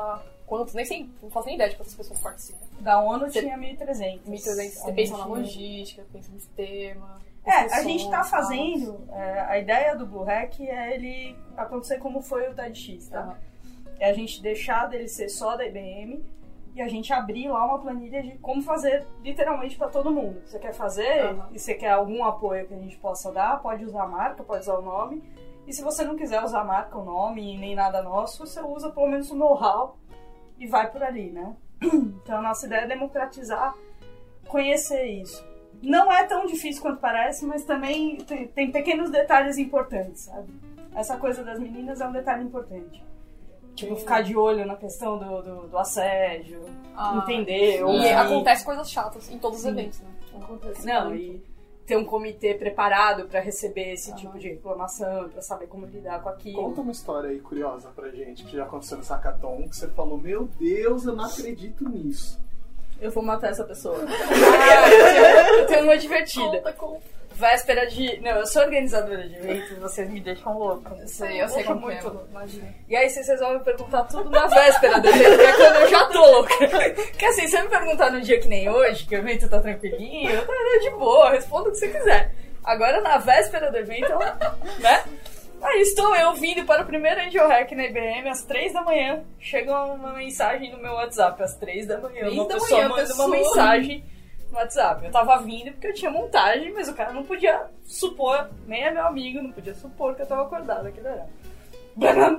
quantos, nem sei, não faço nem ideia de quantas pessoas participam. Da ONU Cê- tinha mil e trezentos. mil e trezentos, você A pensa gente- na logística, pensa no sistema. É, a instruções, gente tá tal. fazendo, é, a ideia do Blue Hack é ele acontecer como foi o TEDx, tá? Aham. É a gente deixar dele ser só da I B M e a gente abrir lá uma planilha de como fazer literalmente pra todo mundo. Você quer fazer Aham. e você quer algum apoio que a gente possa dar, pode usar a marca, pode usar o nome. E se você não quiser usar a marca, o nome e nem nada nosso, você usa pelo menos o know-how e vai por ali, né? Então a nossa ideia é democratizar, conhecer isso. Não é tão difícil quanto parece, mas também tem, tem pequenos detalhes importantes, sabe? Essa coisa das meninas é um detalhe importante. Tipo, ficar de olho na questão do, do, do assédio, Ah, entender, E ouvir. acontece coisas chatas em todos os Sim. eventos, né? Acontece. Não, muito. e ter um comitê preparado pra receber esse Aham. tipo de reclamação, pra saber como lidar com aquilo. Conta uma história aí curiosa pra gente, que já aconteceu no Hackathon, que você falou, meu Deus, eu não acredito nisso. Eu vou matar essa pessoa. Ah, eu tenho, eu tenho uma divertida. Conta, conta. Véspera de... Não, eu sou organizadora de eventos, vocês me deixam louca. Eu sei, eu sei Louca, como é, muito. mano, imagina. E aí vocês resolvem perguntar tudo na véspera do evento, que é quando eu já tô louca. Porque assim, se você me perguntar num dia que nem hoje, que o evento tá tranquilinho, eu tô de boa, respondo o que você quiser. Agora na véspera do evento, né? Aí estou eu vindo para o primeiro Angel Hack na I B M às três da manhã. Chega uma mensagem no meu WhatsApp às três da manhã. Três Uma da pessoa manhã, manda pessoa. uma mensagem no WhatsApp. Eu tava vindo porque eu tinha montagem, mas o cara não podia supor, nem é meu amigo, não podia supor que eu tava acordada aquele horário. Banana.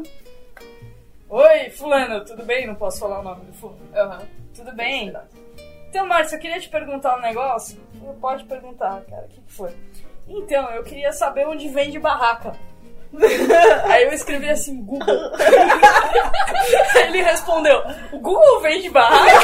Oi, fulano, tudo bem? Não posso falar o nome do fulano. Aham. Tudo bem? Então, Márcio, eu queria te perguntar um negócio. Pode perguntar, cara, o que que foi? Então, eu queria saber onde vende barraca. Aí eu escrevi assim, Google. Aí ele respondeu, o Google vende barraca?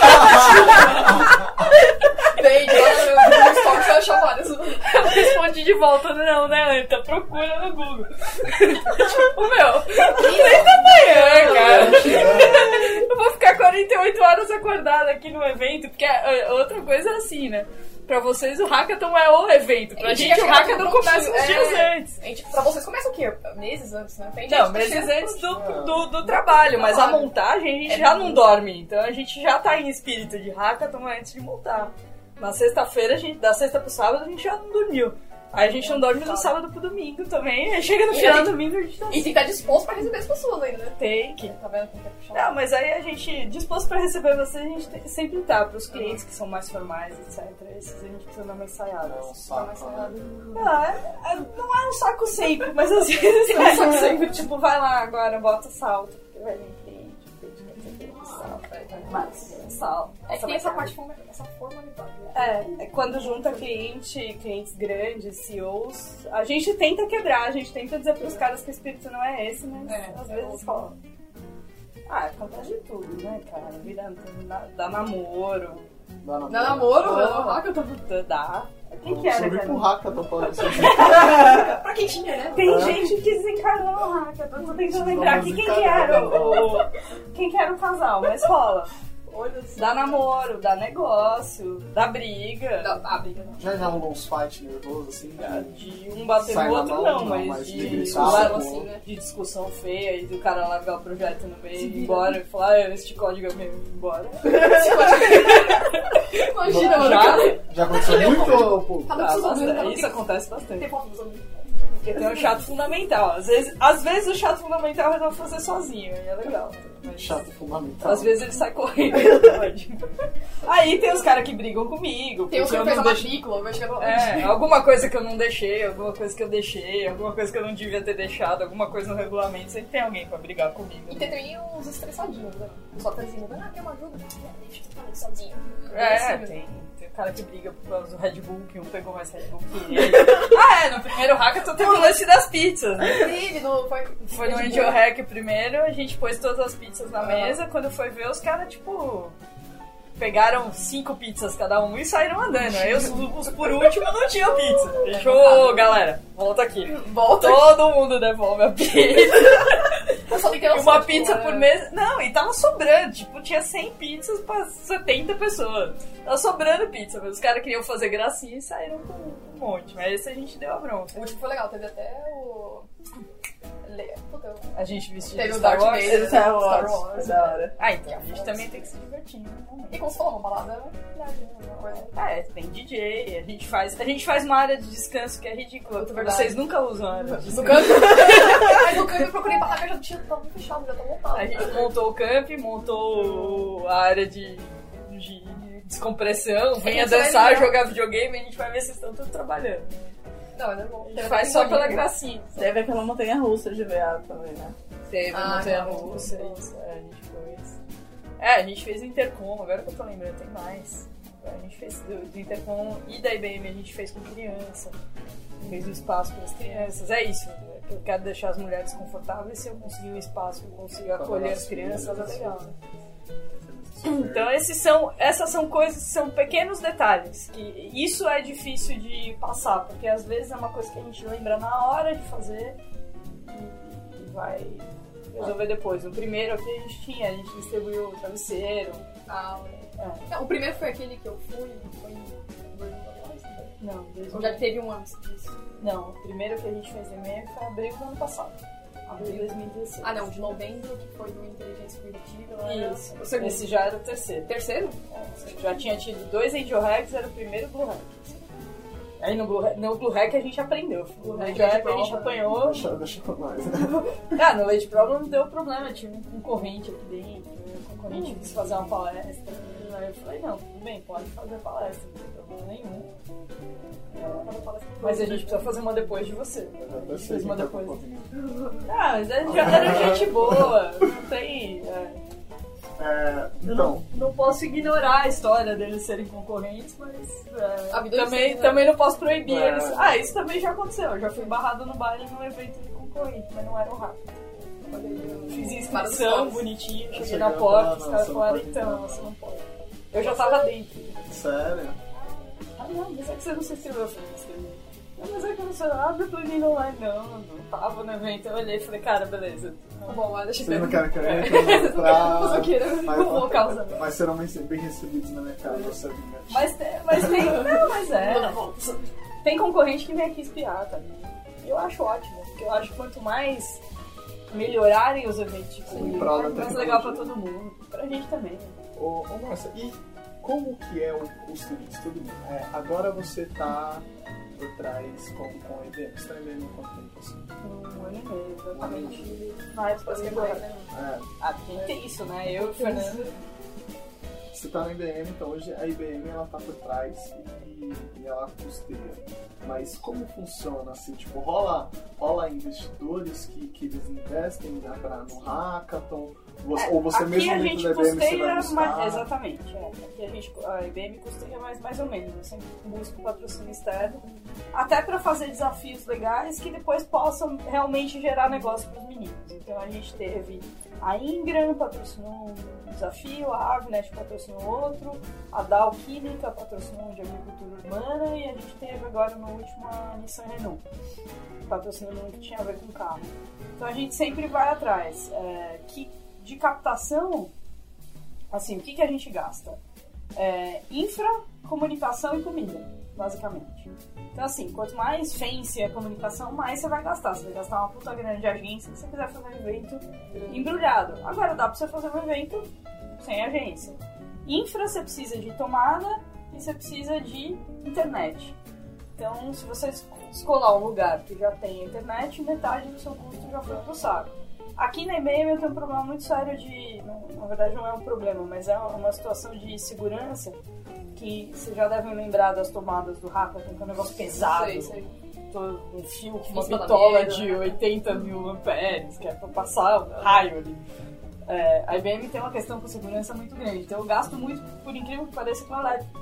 Bem, lá no Google Store você achou vários. Eu respondi de volta, não, né, Anta? Procura no Google. Tipo, meu, três da manhã, cara. Eu vou ficar quarenta e oito horas acordada aqui no evento, porque a- outra coisa é assim, né? Pra vocês o Hackathon é o evento. Pra A gente gente o acha que é Hackathon um começa pouquinho, uns dias é. antes. A gente, pra vocês começa o quê? Meses antes, né? Tem gente Não, que meses chega- antes do, do, do trabalho, mas a montagem a gente É já muito. não dorme. Então a gente já tá em espírito de Hackathon antes de montar. Na sexta-feira, a gente, da sexta pro sábado, a gente já não dormiu. Aí a gente não dorme do sábado pro domingo também. Aí chega no E final a do gente- domingo a gente tá E tem que estar disposto pra receber as pessoas ainda, né? Tem que. Tá vendo como é puxar? Não, mas aí a gente, disposto pra receber vocês, a gente tem- sempre tá. Pros clientes que são mais formais, etcétera. Esses a gente precisa dar uma ensaiada. É um saco, né? Não, é, é- não é um saco sempre, mas às vezes é um saco sempre. Tipo, vai lá agora, bota salto, porque vai vir cliente, cliente quer dizer que salto, vai vai mais, salto. É que tem essa parte, forma- essa formalidade. né? É, é quando junta cliente, clientes grandes, C E Os, a gente tenta quebrar, a gente tenta dizer pros caras que o espírito não é esse, mas É, às é vezes outro. rola. Ah, acontece de tudo, né, cara? Vira, dá, dá namoro. Dá na Não é namoro, Oh. velho. Ah, que eu tô... Dá. Quem que era, Sobre cara? pro Hackathon, pode ser. Pra quem tinha, né? Tem É. gente que desencarnou no Hackathon, eu tô tentando lembrar aqui quem que era o, o- quem que era o casal, mas rola. Olha só. Dá namoro, dá negócio, dá briga. Não, ah, briga não. Já já rolou uns fight nervoso, assim, né? De um bater Sai no na outro mão, não, não, mas, mas de, de de, gritar, lá- assim, né? de discussão feia e do cara largar o projeto no meio e ir vira. embora e falar, ah, este código é meu, ir embora. Imagina, mano. Já? cara. Já aconteceu muito, pô. Tá Ah, muito bastante. subindo, Isso acontece bastante. Tem foto dos amigos. Porque tem um chato fundamental. Às vezes, às vezes o chato fundamental resolve fazer sozinho, e é legal. Mas Chato fundamental. às vezes ele sai correndo do código. Aí tem os caras que brigam comigo. Tem uns porque que eu fez a não deixei. matrícula, vai chegar lá. É, alguma coisa que eu não deixei, alguma coisa que eu deixei, alguma coisa que eu não devia ter deixado, alguma coisa no regulamento, sempre tem alguém pra brigar comigo. E tem também uns estressadinhos, né? Só tá dizendo, ah, quer uma ajuda? É, deixa eu fazer sozinho. É, assim, tem, tem o cara que briga por causa do Red Bull, que um pegou mais Red Bull que ele. Ah, é, no primeiro hackathon teve o lance das pizzas, né? Teve, no, foi, Foi no Angel Hack primeiro, a gente pôs todas as pizzas na mesa, quando foi ver os caras, tipo, pegaram cinco pizzas cada um e saíram andando. Aí os, os por último não tinham pizza. Fechou, galera, volta aqui. Volta. Todo mundo devolve a pizza. Eu só E uma pizza por mês. Não, e tava sobrando. Tipo, tinha cem pizzas pra setenta pessoas. Tava sobrando pizza, mas os caras queriam fazer gracinha e saíram com um monte. Mas esse a gente deu a bronca. O último foi legal, teve até o... le- Puta, eu- A gente vestiu Teve de o Star Darth Wars. Vader. Star Wars, Star Wars, foi da hora. Ah, então, a gente também tem que se divertir, né? E como você falou, uma balada é verdade, né? Uma coisa. É, tem D J, a gente faz, a gente faz uma área de descanso que é ridícula. Muito verdade. Vocês nunca usam a área de No descanso. campo. Mas no campo eu procurei barraca, já tinha, tava fechado, já tá montado. A gente montou o camp, montou a área de, de descompressão, venha Isso é dançar, legal. jogar videogame, a gente vai ver se vocês estão tudo trabalhando. Não, mas é bom. A gente faz só pela gracinha. Teve aquela montanha-russa de V A também, né? Teve Ah, a montanha tá. russa, isso, é, a gente fez. É, a gente fez o Intercom, agora que eu tô lembrando, tem mais. A gente fez do, do Intercom e da I B M, a gente fez com criança. Fez um espaço para as crianças. É isso, eu quero deixar as mulheres confortáveis. Se eu conseguir um espaço que eu consiga acolher as crianças, é legal. Né? Então esses são, essas são coisas, são pequenos detalhes que isso é difícil de passar, porque às vezes é uma coisa que a gente lembra na hora de fazer e vai resolver depois. No primeiro aqui a gente tinha, a gente distribuiu o travesseiro. Ah, É. não, o primeiro foi aquele que eu fui, foi em dois mil e dois, né? Não, dois Ou mil. já teve um antes disso? Não, o primeiro que a gente fez em meio foi abril do ano passado. Abril de dois mil e dezesseis. Ah, não, de novembro, que foi do Inteligência Coletiva. Né? Isso. O segundo. Esse já era o terceiro. Terceiro? Já tinha tido dois Angel Hacks, era o primeiro Blue Hack. Aí no Blue, no Blue Hack a gente aprendeu. No Hack Angel é de Hack a gente prova. apanhou. Deixa, deixa eu mais. Ah, no Late Problem não deu problema, tinha um concorrente aqui dentro, um concorrente quis fazer uma palestra. Aí eu falei, não, tudo bem, pode fazer palestra, não tem problema nenhum. Mas a gente precisa fazer uma depois de você. A gente fez uma depois. Ah, mas ele já era gente boa, não tem. É, É, eu então, não, não posso ignorar a história deles serem concorrentes, mas é, A vida é também, assim, né? também não posso proibir É. eles. Ah, isso também já aconteceu. Eu já fui barrado no baile num evento de concorrente, mas não era um rato. Fiz inscrição bonitinho, cheguei Chegou na porta, lá, os não, caras você não falaram, pode então, entrar. você não pode. Eu já tava dentro. sério? Ah, não, mas é que você não se inscreveu, eu falei, me inscrevi. Não, mas é que você abre o planilha online. Não, não tava no evento. Eu olhei e falei, cara, beleza. Tá bom, mas deixa eu Vocês não ver. querem querer entrar, Só queira, mas, não vou causar. mas serão bem bem recebidos na minha casa, você vinga. Mas, tem- mas tem. Não, mas é. Tem concorrente que vem aqui espiar também. Eu acho ótimo, porque eu acho que quanto mais melhorarem os eventos de Sim, corrida, pra lá da mais tecnologia. legal pra todo mundo. Pra gente também. Ô, ô Márcia, e como que é o custo disso tudo? É, agora você tá por trás com, com a I B M, você tá em I B M há quanto tempo assim? Um ano e meio, exatamente. Na época Fazer que mais, eu. né? É, Ah, tem que ter isso, né? Eu e o Fernando. você tá na I B M, então hoje a I B M ela tá por trás e, e ela custeia. Mas como funciona assim? Tipo, rola, rola investidores que, que eles investem né, pra, no hackathon? Você, ou você É, aqui mesmo a dentro gente da I B M você custeia vai mais, buscar? exatamente, é. Aqui a, gente, a I B M custeia mais, mais ou menos. Eu sempre busco patrocínio externo, até para fazer desafios legais que depois possam realmente gerar negócio para os meninos. Então a gente teve a Ingram patrocinou um desafio, a Avnet patrocinou outro, a Dow Química patrocinou um de agricultura urbana e a gente teve agora no último a Nissan Renault patrocinando um que tinha a ver com carro. Então a gente sempre vai atrás. É, que de captação, assim, o que, que a gente gasta? É, infra, comunicação e comida, basicamente. Então, assim, quanto mais fancy a comunicação, mais você vai gastar. Você vai gastar uma puta grana de agência se você quiser fazer um evento embrulhado. Agora dá pra você fazer um evento sem agência. Infra, você precisa de tomada e você precisa de internet. Então, se você escolar um lugar que já tem internet, metade do seu custo já foi pro saco. Aqui na I B M eu tenho um problema muito sério de... Na verdade não é um problema, mas é uma situação de segurança que vocês já devem lembrar das tomadas do Hackathon, que é um negócio pesado. Sei, sei. Um fio com uma Física da bitola merda, de né? oitenta mil amperes, que é pra passar um raio ali. É, a I B M tem uma questão com segurança muito grande, então eu gasto muito, por incrível que pareça, com elétrico.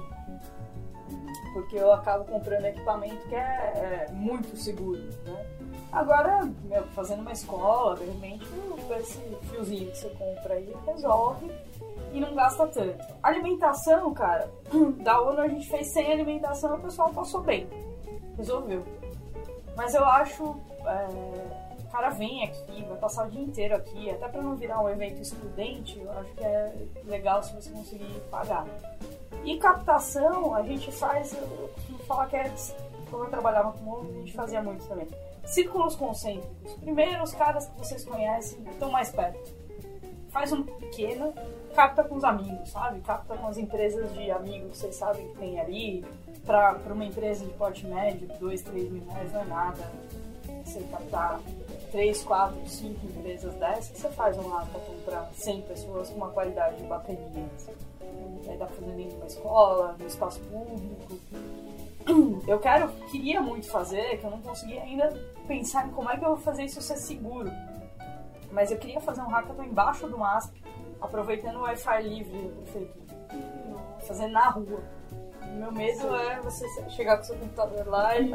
Porque eu acabo comprando equipamento que é, é muito seguro, né? Agora, meu, fazendo uma escola, de repente, esse fiozinho que você compra aí resolve e não gasta tanto. Alimentação, cara, da ONU a gente fez sem alimentação e o pessoal passou bem. Resolveu. Mas eu acho... É, o cara vem aqui, vai passar o dia inteiro aqui, até pra não virar um evento excludente, eu acho que é legal se você conseguir pagar. E captação, a gente faz, eu costumo falar que é como eu trabalhava com móveis, a gente fazia muito também. Círculos concêntricos. Primeiro, os caras que vocês conhecem estão mais perto. Faz um pequeno, capta com os amigos, sabe? Capta com as empresas de amigos que vocês sabem que tem ali. Pra, pra uma empresa de porte médio, dois, três mil reais não é nada. Você captar três, quatro, cinco empresas dessas, você faz um hackathon para cem pessoas com uma qualidade de bateria. Aí dá pra fazer dentro de uma escola, no espaço público. Eu quero, queria muito fazer, que eu não consegui ainda pensar em como é que eu vou fazer isso ser seguro. Mas eu queria fazer um hackathon embaixo do M A S P, aproveitando o Wi-Fi livre da prefeitura. Fazer na rua. O meu medo é você chegar com o seu computador lá e...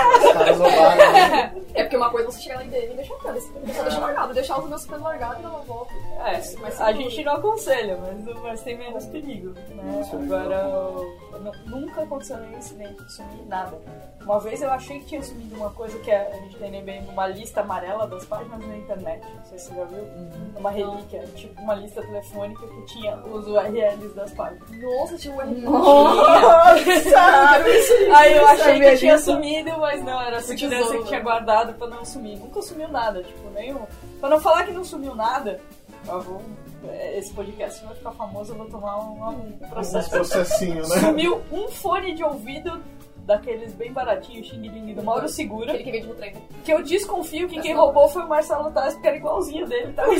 É porque uma coisa é você chegar na I D M e deixar cara, deixar deixar largado, deixar os meus super largados e dar uma volta. É, mas a gente não aconselha, mas, mas tem menos perigo, né? Agora, eu, nunca aconteceu nenhum incidente de sumir nada. Uma vez eu achei que tinha sumido uma coisa que a gente tem bem uma lista amarela das páginas na internet, não sei se você já viu, uma relíquia, tipo uma lista telefônica que tinha os U R Ls das páginas. Nossa, tinha um U R L. Nossa! Aí eu achei que tinha sumido, mas não, era a segurança que tinha guardado pra não sumir. Nunca sumiu nada, tipo, nenhum. Pra não falar que não sumiu nada, eu vou, esse podcast vai ficar famoso, eu vou tomar um, um processo. Um processinho, né? Sumiu um fone de ouvido daqueles bem baratinhos, xing-ling do Mauro Segura. Aquele que vende no trem. Que eu desconfio que quem roubou foi o Marcelo Taz, porque era igualzinho dele, tá?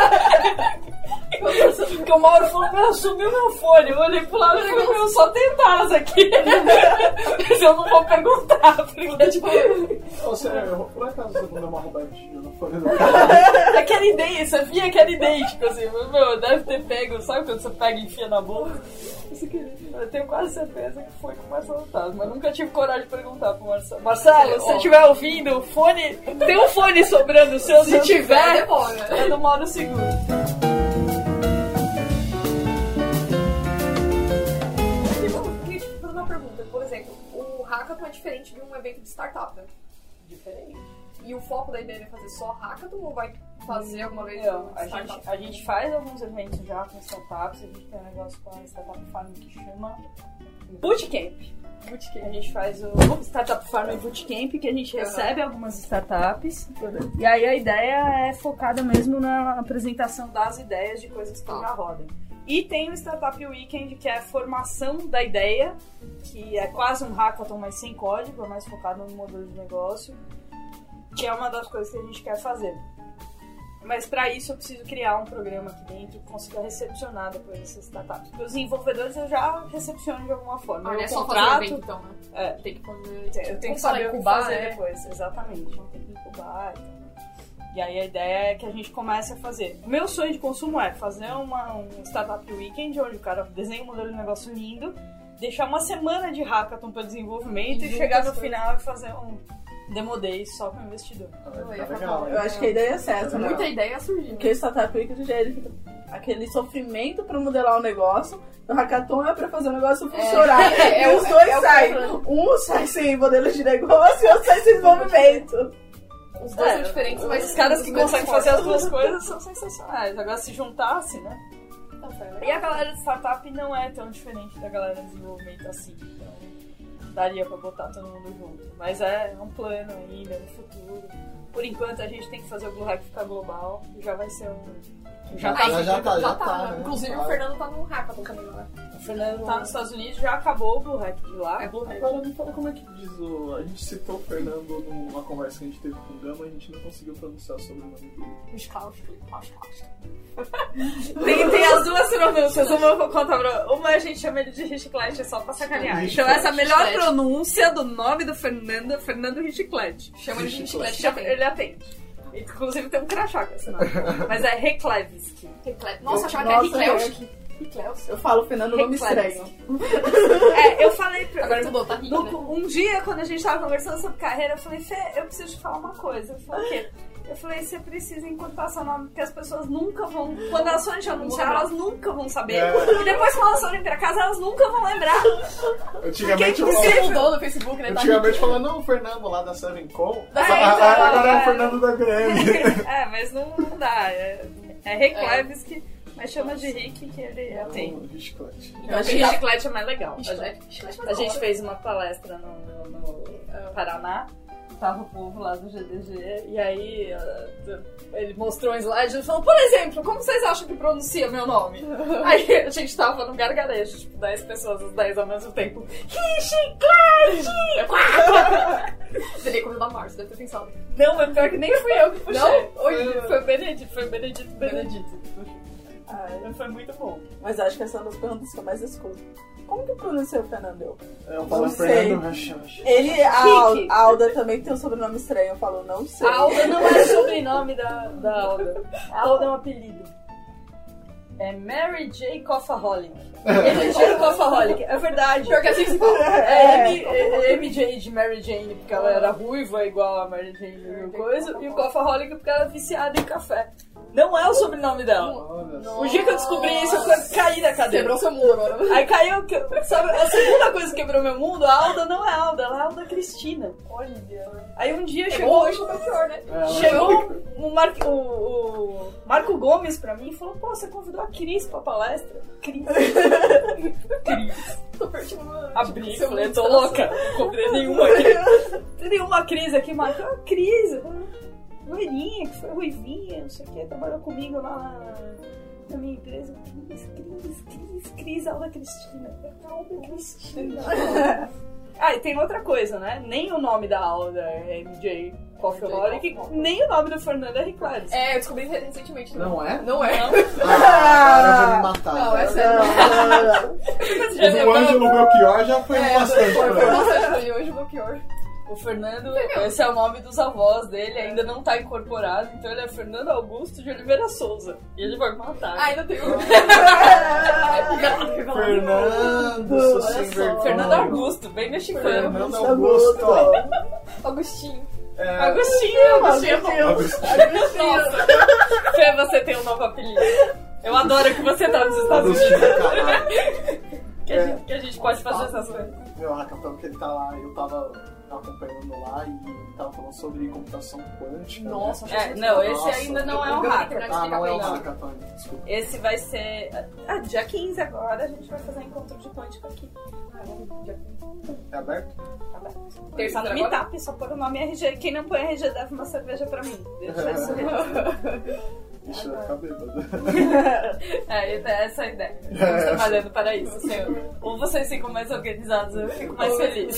Porque o Mauro falou, meu, sumiu meu fone. Eu olhei pro lado e falei, meu, só tem Taz aqui. Mas eu não vou perguntar, porque tipo... Você, por acaso você não deu uma roubadinha no fone do cara? Aquela ideia, você via que era idêntico, assim, meu, deve ter pego, sabe quando você pega e enfia na boca? Eu tenho quase certeza que foi com o Marcelo Taz, mas nunca tive coragem de perguntar pro Marcelo. Marcelo, se você estiver ouvindo, fone, tem um fone sobrando seu, se tiver, é do Mauro Seguro. Eu queria te fazer uma pergunta. Por exemplo, o Hackathon é diferente de um evento de startup, né? Diferente. E o foco da ideia é fazer só Hackathon ou vai fazer alguma vez Não, um a, startup? gente, a gente faz alguns eventos já com startups, a gente tem um negócio com a Startup Farm que chama Bootcamp. Bootcamp. A gente faz o Startup Farm Bootcamp, que a gente recebe algumas startups. E aí a ideia é focada mesmo na apresentação das ideias de coisas que já rodam. E tem o Startup Weekend, que é a formação da ideia, que é quase um hackathon, mas sem código, é mais focado no modelo de negócio, que é uma das coisas que a gente quer fazer. Mas para isso eu preciso criar um programa aqui dentro que consiga recepcionar depois essas startups. Porque os desenvolvedores eu já recepciono de alguma forma. Ah, eu não é só contrato, fazer evento, então, né? É, Tem que fazer... eu tenho que Como saber o que incubar, fazer né? depois, exatamente. Tem que incubar e tal. E aí a ideia é que a gente comece a fazer. O meu sonho de consumo é fazer uma, um Startup Weekend, onde o cara desenha um modelo de negócio lindo, deixar uma semana de hackathon para desenvolvimento e, e chegar no coisas. final e fazer um Demo Day só com o investidor. Ah, tá legal, eu acho que a ideia é certa, né? Muita ideia surgindo. Porque o Startup Weekend já é aquele sofrimento pra modelar o negócio, o Hackathon é pra fazer o negócio funcionar. É, e é, os dois é, é saem. Um sai sem modelo de negócio e outro sai sem desenvolvimento. Os dois É, são diferentes, mas... os caras que conseguem fazer as duas coisas. coisas são sensacionais. Agora se juntasse, né? E a galera de startup não é tão diferente da galera de desenvolvimento assim. Então daria pra botar todo mundo junto. Mas é um plano ainda no futuro. Por enquanto a gente tem que fazer o Blue Hack ficar global. E já vai ser um... Já, Ah, já, já tá, já já tá. tá, né? Inclusive Claro. o Fernando tá num Hackathon também, né? O Fernando tá nos Estados Unidos, já acabou o Blue Hack de lá. É Blue Hack. Agora me fala como é que diz o... A gente citou o Fernando numa conversa que a gente teve com o Gama e a gente não conseguiu pronunciar sobre o nome dele. Tem, tem as duas pronúncias, uma eu vou contar pra... Uma a gente chama ele de Richiclete, só pra sacanear. Então essa é a melhor Richiclete. pronúncia do nome do Fernando é Fernando Richiclete. Chama ele de Richiclete. chiclete. Ele atende. Inclusive tem um crachá com esse nome. Mas é Reklevski. Nossa, achava que era Nossa, Riklevski. Riklevski. Eu falo Fernando nome estranho. É, eu falei pra... Agora mudou, tá rindo, né? Um dia, quando a gente tava conversando sobre carreira, eu falei, Fê, eu preciso te falar uma coisa. Eu falei, o quê? Eu falei, você precisa encurtar seu nome, porque as pessoas nunca vão... Quando elas forem te anunciar, elas nunca vão saber. É. E depois, quando elas forem pra casa, elas nunca vão lembrar. Antigamente eu Você falava... mudou no Facebook, né? Tá Antigamente falava, não, o Fernando lá da Seven Com. É, Agora então, é é. o Fernando da B M. É, mas não, não dá. É, é Reklevski. Mas chama de Rick que ele atende. Um chiclete. Eu acho que chiclete é mais legal. A Chiclete. gente, Chiclete mais a gente bom. fez uma palestra no, no, no Paraná. Tava o povo lá do G D G, e aí uh, ele mostrou um slide e falou, por exemplo, como vocês acham que pronuncia meu nome? Aí a gente tava num gargarejo, tipo, dez pessoas, os dez ao mesmo tempo. Chiclete! Seria coisa da Márcia, deve ter pensado. Não, mas pior que nem fui eu que puxei. Não? Oi, foi o Benedito, foi o Benedito Benedito. Ai, Foi muito bom. mas acho que essa é uma das perguntas que eu mais escuto. Como que pronuncia o Fernando? Eu falo Não Fernando sei. Rush. Ele, a, Rick. a Alda também tem um sobrenome estranho, eu falo, não sei. A Alda não é sobrenome da, da Alda. A Alda é um apelido. É Mary J. Coffaholic. M J Coffaholic, é verdade. Pior que assim se fala. É, M, é M J de Mary Jane, porque ela era ruiva igual a Mary Jane e coisa, e o Coffaholic porque ela era viciada em café. Não é o sobrenome dela. Olha só. O dia que eu descobri isso, eu quase caí da cadeira. Quebrou seu mundo agora. Aí caiu, sabe, a segunda coisa que quebrou meu mundo, a Alda não é Alda, ela é Alda Cristina. Olha. Aí um dia É bom chegou, hoje, não é pior, né? É, chegou o, Mar, o, o Marco Gomes pra mim e falou, pô, você convidou a Cris pra palestra? Cris. Cris. Tô perdido, mano. Abri, Seu falei, mundo tô tá louca, não comprei nenhuma aqui. Tem nenhuma Cris aqui, Marco. Ah, Cris, loirinha, que foi ruivinha, não sei o que, trabalhou comigo lá na, na minha empresa. Cris, Cris, Cris, Cris, Alda Cristina. Alda Cristina. Ah, e tem outra coisa, né? Nem o nome da Alda é M J Coffaholic, nem o nome do Fernando é Rick Clares. É, eu descobri recentemente. Não é? Não é. Ah, agora eu vou me matar. Não, é sério. O Ângelo Belchior já foi É, bastante foi, pra foi ele. bastante pra mim hoje, o Belchior. O Fernando, esse é o nome dos avós dele, ainda não tá incorporado, então ele é Fernando Augusto de Oliveira Souza. E ele vai matar. Ah, ainda tem o... Fernando, Olha sou só, sem vergonha. Fernando Augusto, bem mexicano. Fernando Augusto. Augustinho. É, Agostinho, Agostinho. Agostinho. Nossa, Fê, você tem um novo apelido. Eu adoro que você tá nos Estados Agostinho, Unidos. caralho. Que a gente, que a gente pode fazer essas coisas. Meu hackathon que ele tá lá, eu tava acompanhando lá e ele tava falando sobre computação quântica. Nossa, né? É, não, esse Nossa, ainda não é eu- um eu- hacker. eu- Ah, não é um Não. hackathon, desculpa. Esse vai ser... Ah, dia quinze agora a gente vai fazer encontro de quântica aqui. É aberto? Terça Tá no Meetup, só pôr o nome R G. Quem não põe R G deve uma cerveja pra mim. Deixa isso aí. Ixi, vai ficar bêbado. É, essa é a ideia. Estamos trabalhando para isso, senhor. Ou vocês ficam mais organizados, eu fico mais feliz.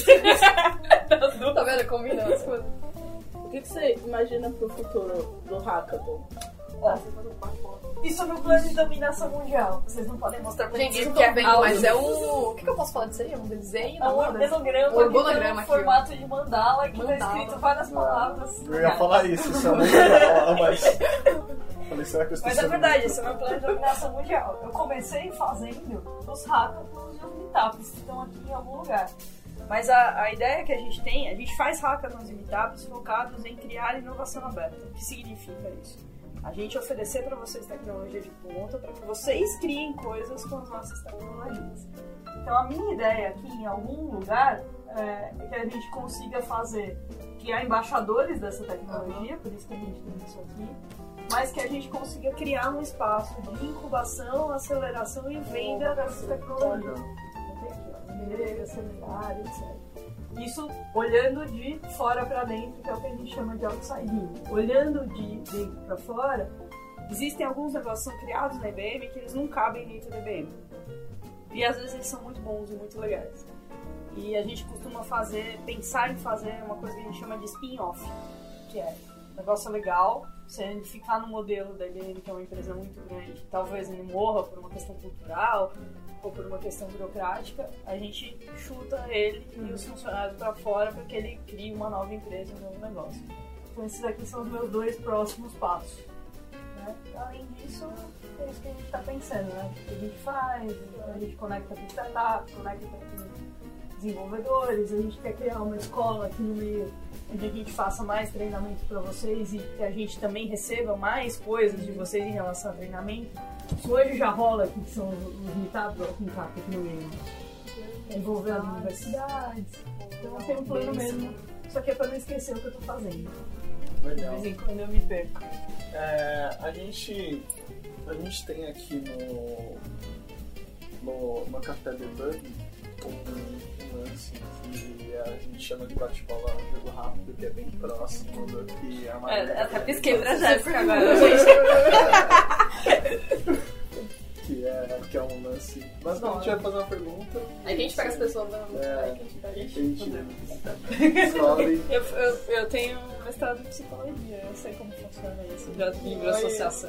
Tá vendo? Combina as coisas. O que, que você imagina pro futuro do hackathon? Ó, vocês fazem parte boa. E sobre o plano de dominação mundial? Vocês não podem mostrar pra Gente, ninguém isso porque tô vendo, áudio. mas é um... O que, que eu posso falar disso aí? É um desenho? É um Nada? organograma, Um organograma que tem um aqui, formato de mandala que Mandala. tá escrito várias palavras. Eu ia falar isso, isso é muito legal, mas... Falei, será que eu estou Mas é sendo verdade, muito- esse é o meu plano de dominação mundial. Eu comecei fazendo os hackathons e os meetups que estão aqui em algum lugar. Mas a, a ideia que a gente tem, a gente faz hackathons e meetups focados em criar inovação aberta. O que significa isso? A gente oferecer para vocês tecnologia de ponta para que vocês criem coisas com as nossas tecnologias. Então a minha ideia aqui em algum lugar é que a gente consiga fazer, criar embaixadores dessa tecnologia, por isso que a gente tem isso aqui, mas que a gente consiga criar um espaço de incubação, aceleração e venda dessas tecnologias. Então, tem aqui, ó, vender, acelerar, etcétera. Isso olhando de fora para dentro, que é o que a gente chama de outside in. Olhando de dentro para fora, existem alguns negócios que são criados na I B M que eles não cabem dentro da I B M. E às vezes eles são muito bons e muito legais. E a gente costuma fazer, pensar em fazer uma coisa que a gente chama de spin-off, que é um negócio legal, se ele ficar no modelo da I B M, que é uma empresa muito grande, talvez ele morra por uma questão cultural ou por uma questão burocrática, a gente chuta ele e os funcionários para fora para que ele crie uma nova empresa, um novo negócio. Então esses aqui são os meus dois próximos passos. Né? Além disso, é isso que a gente está pensando, né? O que a gente faz, a gente conecta com startup, conecta com desenvolvedores, a gente quer criar uma escola aqui no meio onde a gente faça mais treinamento para vocês e que a gente também receba mais coisas de vocês em relação a treinamento. Isso hoje já rola aqui, que são os meetups aqui em Cap aqui no meio, envolvendo universidades. Então tem um plano mesmo, só que é para não esquecer o que eu tô fazendo. De Legal. vez em quando eu me perco. É, a gente a gente tem aqui no, no, no Café Debug um, um lance que a gente chama de bate-bola jogo rápido, que é bem próximo do que a Maria. É, até pisquei pra Jéssica agora, gente. que, é, que é um lance. Basicamente, a gente vai fazer uma pergunta. Aí a gente pega as pessoas dando. É, Aí que a gente pega. a gente descobre. Eu, eu, eu tenho mestrado em psicologia, eu sei como funciona isso. Já livro associação.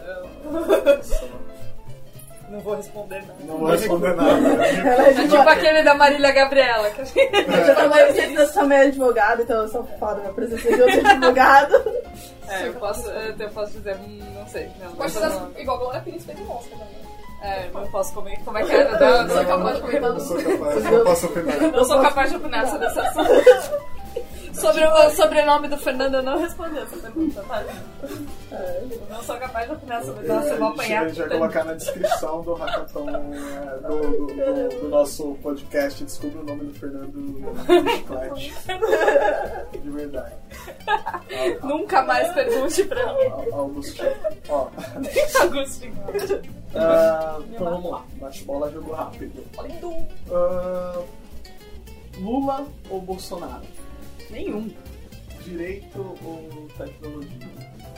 Não vou responder nada. Não vou responder nada. Ela é É tipo aquele da Marília Gabriela. Que... Eu também sei que também é advogada, então eu só falo da minha presença de outro advogado. É, eu posso, eu, eu posso dizer, hum, não sei. Não, Pode não, ser não, igual a Glória Pires fez no Oscar também. é, não posso comer. Como é que era? Não, Não sou capaz de comentar. Não sou capaz, não posso opinar. não sou capaz de opinar sobre esse assunto. Sobre o sobrenome do Fernando, eu não respondi essa pergunta, tá? Eu não sou capaz de opinar sobre isso, eu vou apanhar. A gente vai colocar na descrição do hackathon é, do, do, do, do nosso podcast. Descubra o nome do Fernando Chiclete. De verdade. Nunca mais pergunte pra mim. Augustinho. Ó. Agostinho. Ah, então vamos lá. Bate-bola, jogo rápido. Ah, Lula ou Bolsonaro? Nenhum. Direito ou tecnologia?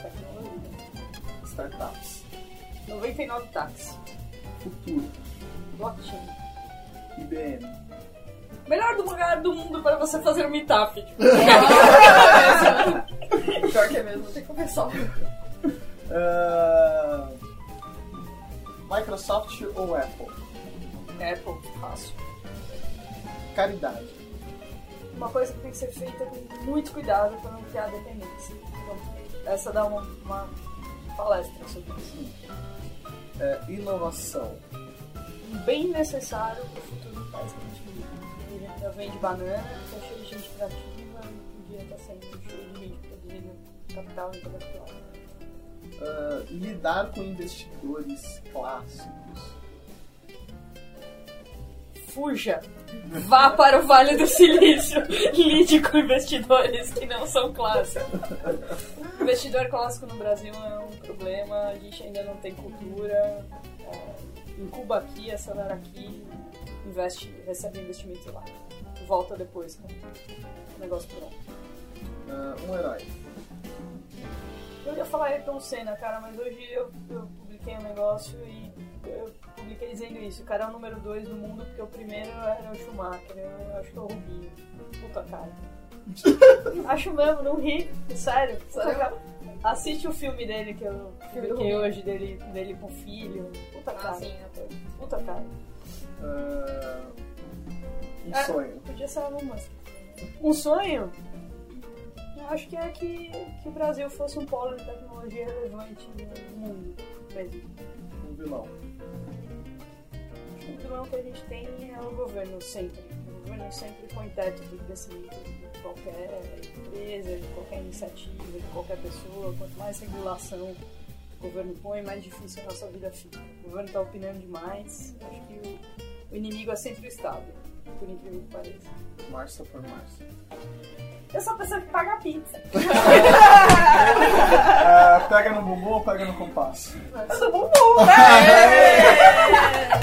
Startups. noventa e nove táxi. Futuro. Blockchain. I B M. Melhor lugar do mundo para você fazer um meetup. Pior que é mesmo, tem que conversar. Ah, Microsoft ou Apple? Apple, fácil. Caridade. Uma coisa que tem que ser feita com muito cuidado para não criar dependência. Então, essa dá uma, uma palestra sobre isso. É, inovação. Bem necessário para o futuro do país que a gente vive. A gente já vende banana, está cheio de gente criativa, o dia está sendo cheio de gente produzindo capital intelectual. Uh, lidar com investidores clássicos. Fuja! Vá para o Vale do Silício. Lide com investidores que não são clássicos. Investidor clássico no Brasil é um problema, a gente ainda não tem cultura. É, incuba aqui, acelera aqui, investe, recebe investimento lá. Volta depois com o negócio pronto. Uh, um herói. Eu ia falar Ayrton Senna, cara, mas hoje eu, eu publiquei um negócio e eu publiquei dizendo isso. O cara é o número dois do mundo porque o primeiro era o Schumacher, eu acho que é o Rubinho. Puta cara. Acho mesmo, não ri, sério. Puta, cara. Assiste o filme dele que eu publiquei hoje, dele, dele com o filho. Puta cara. Ah, sim, eu tô... Puta cara. Uh, um É, sonho. Podia ser uma. Um sonho? Eu acho que é que, que o Brasil fosse um polo de tecnologia relevante no mundo mesmo. Um vilão. O vilão que a gente tem é o governo sempre. O governo sempre põe teto de crescimento de qualquer empresa, de qualquer iniciativa, de qualquer pessoa. Quanto mais regulação o governo põe, mais difícil a nossa vida fica. O governo está opinando demais. Acho que o, o inimigo é sempre o Estado, por incrível que pareça. Márcia por Márcia. Eu sou a pessoa que paga a pizza. uh, pega no bumbum ou pega no compasso? Eu sou bumbum, né?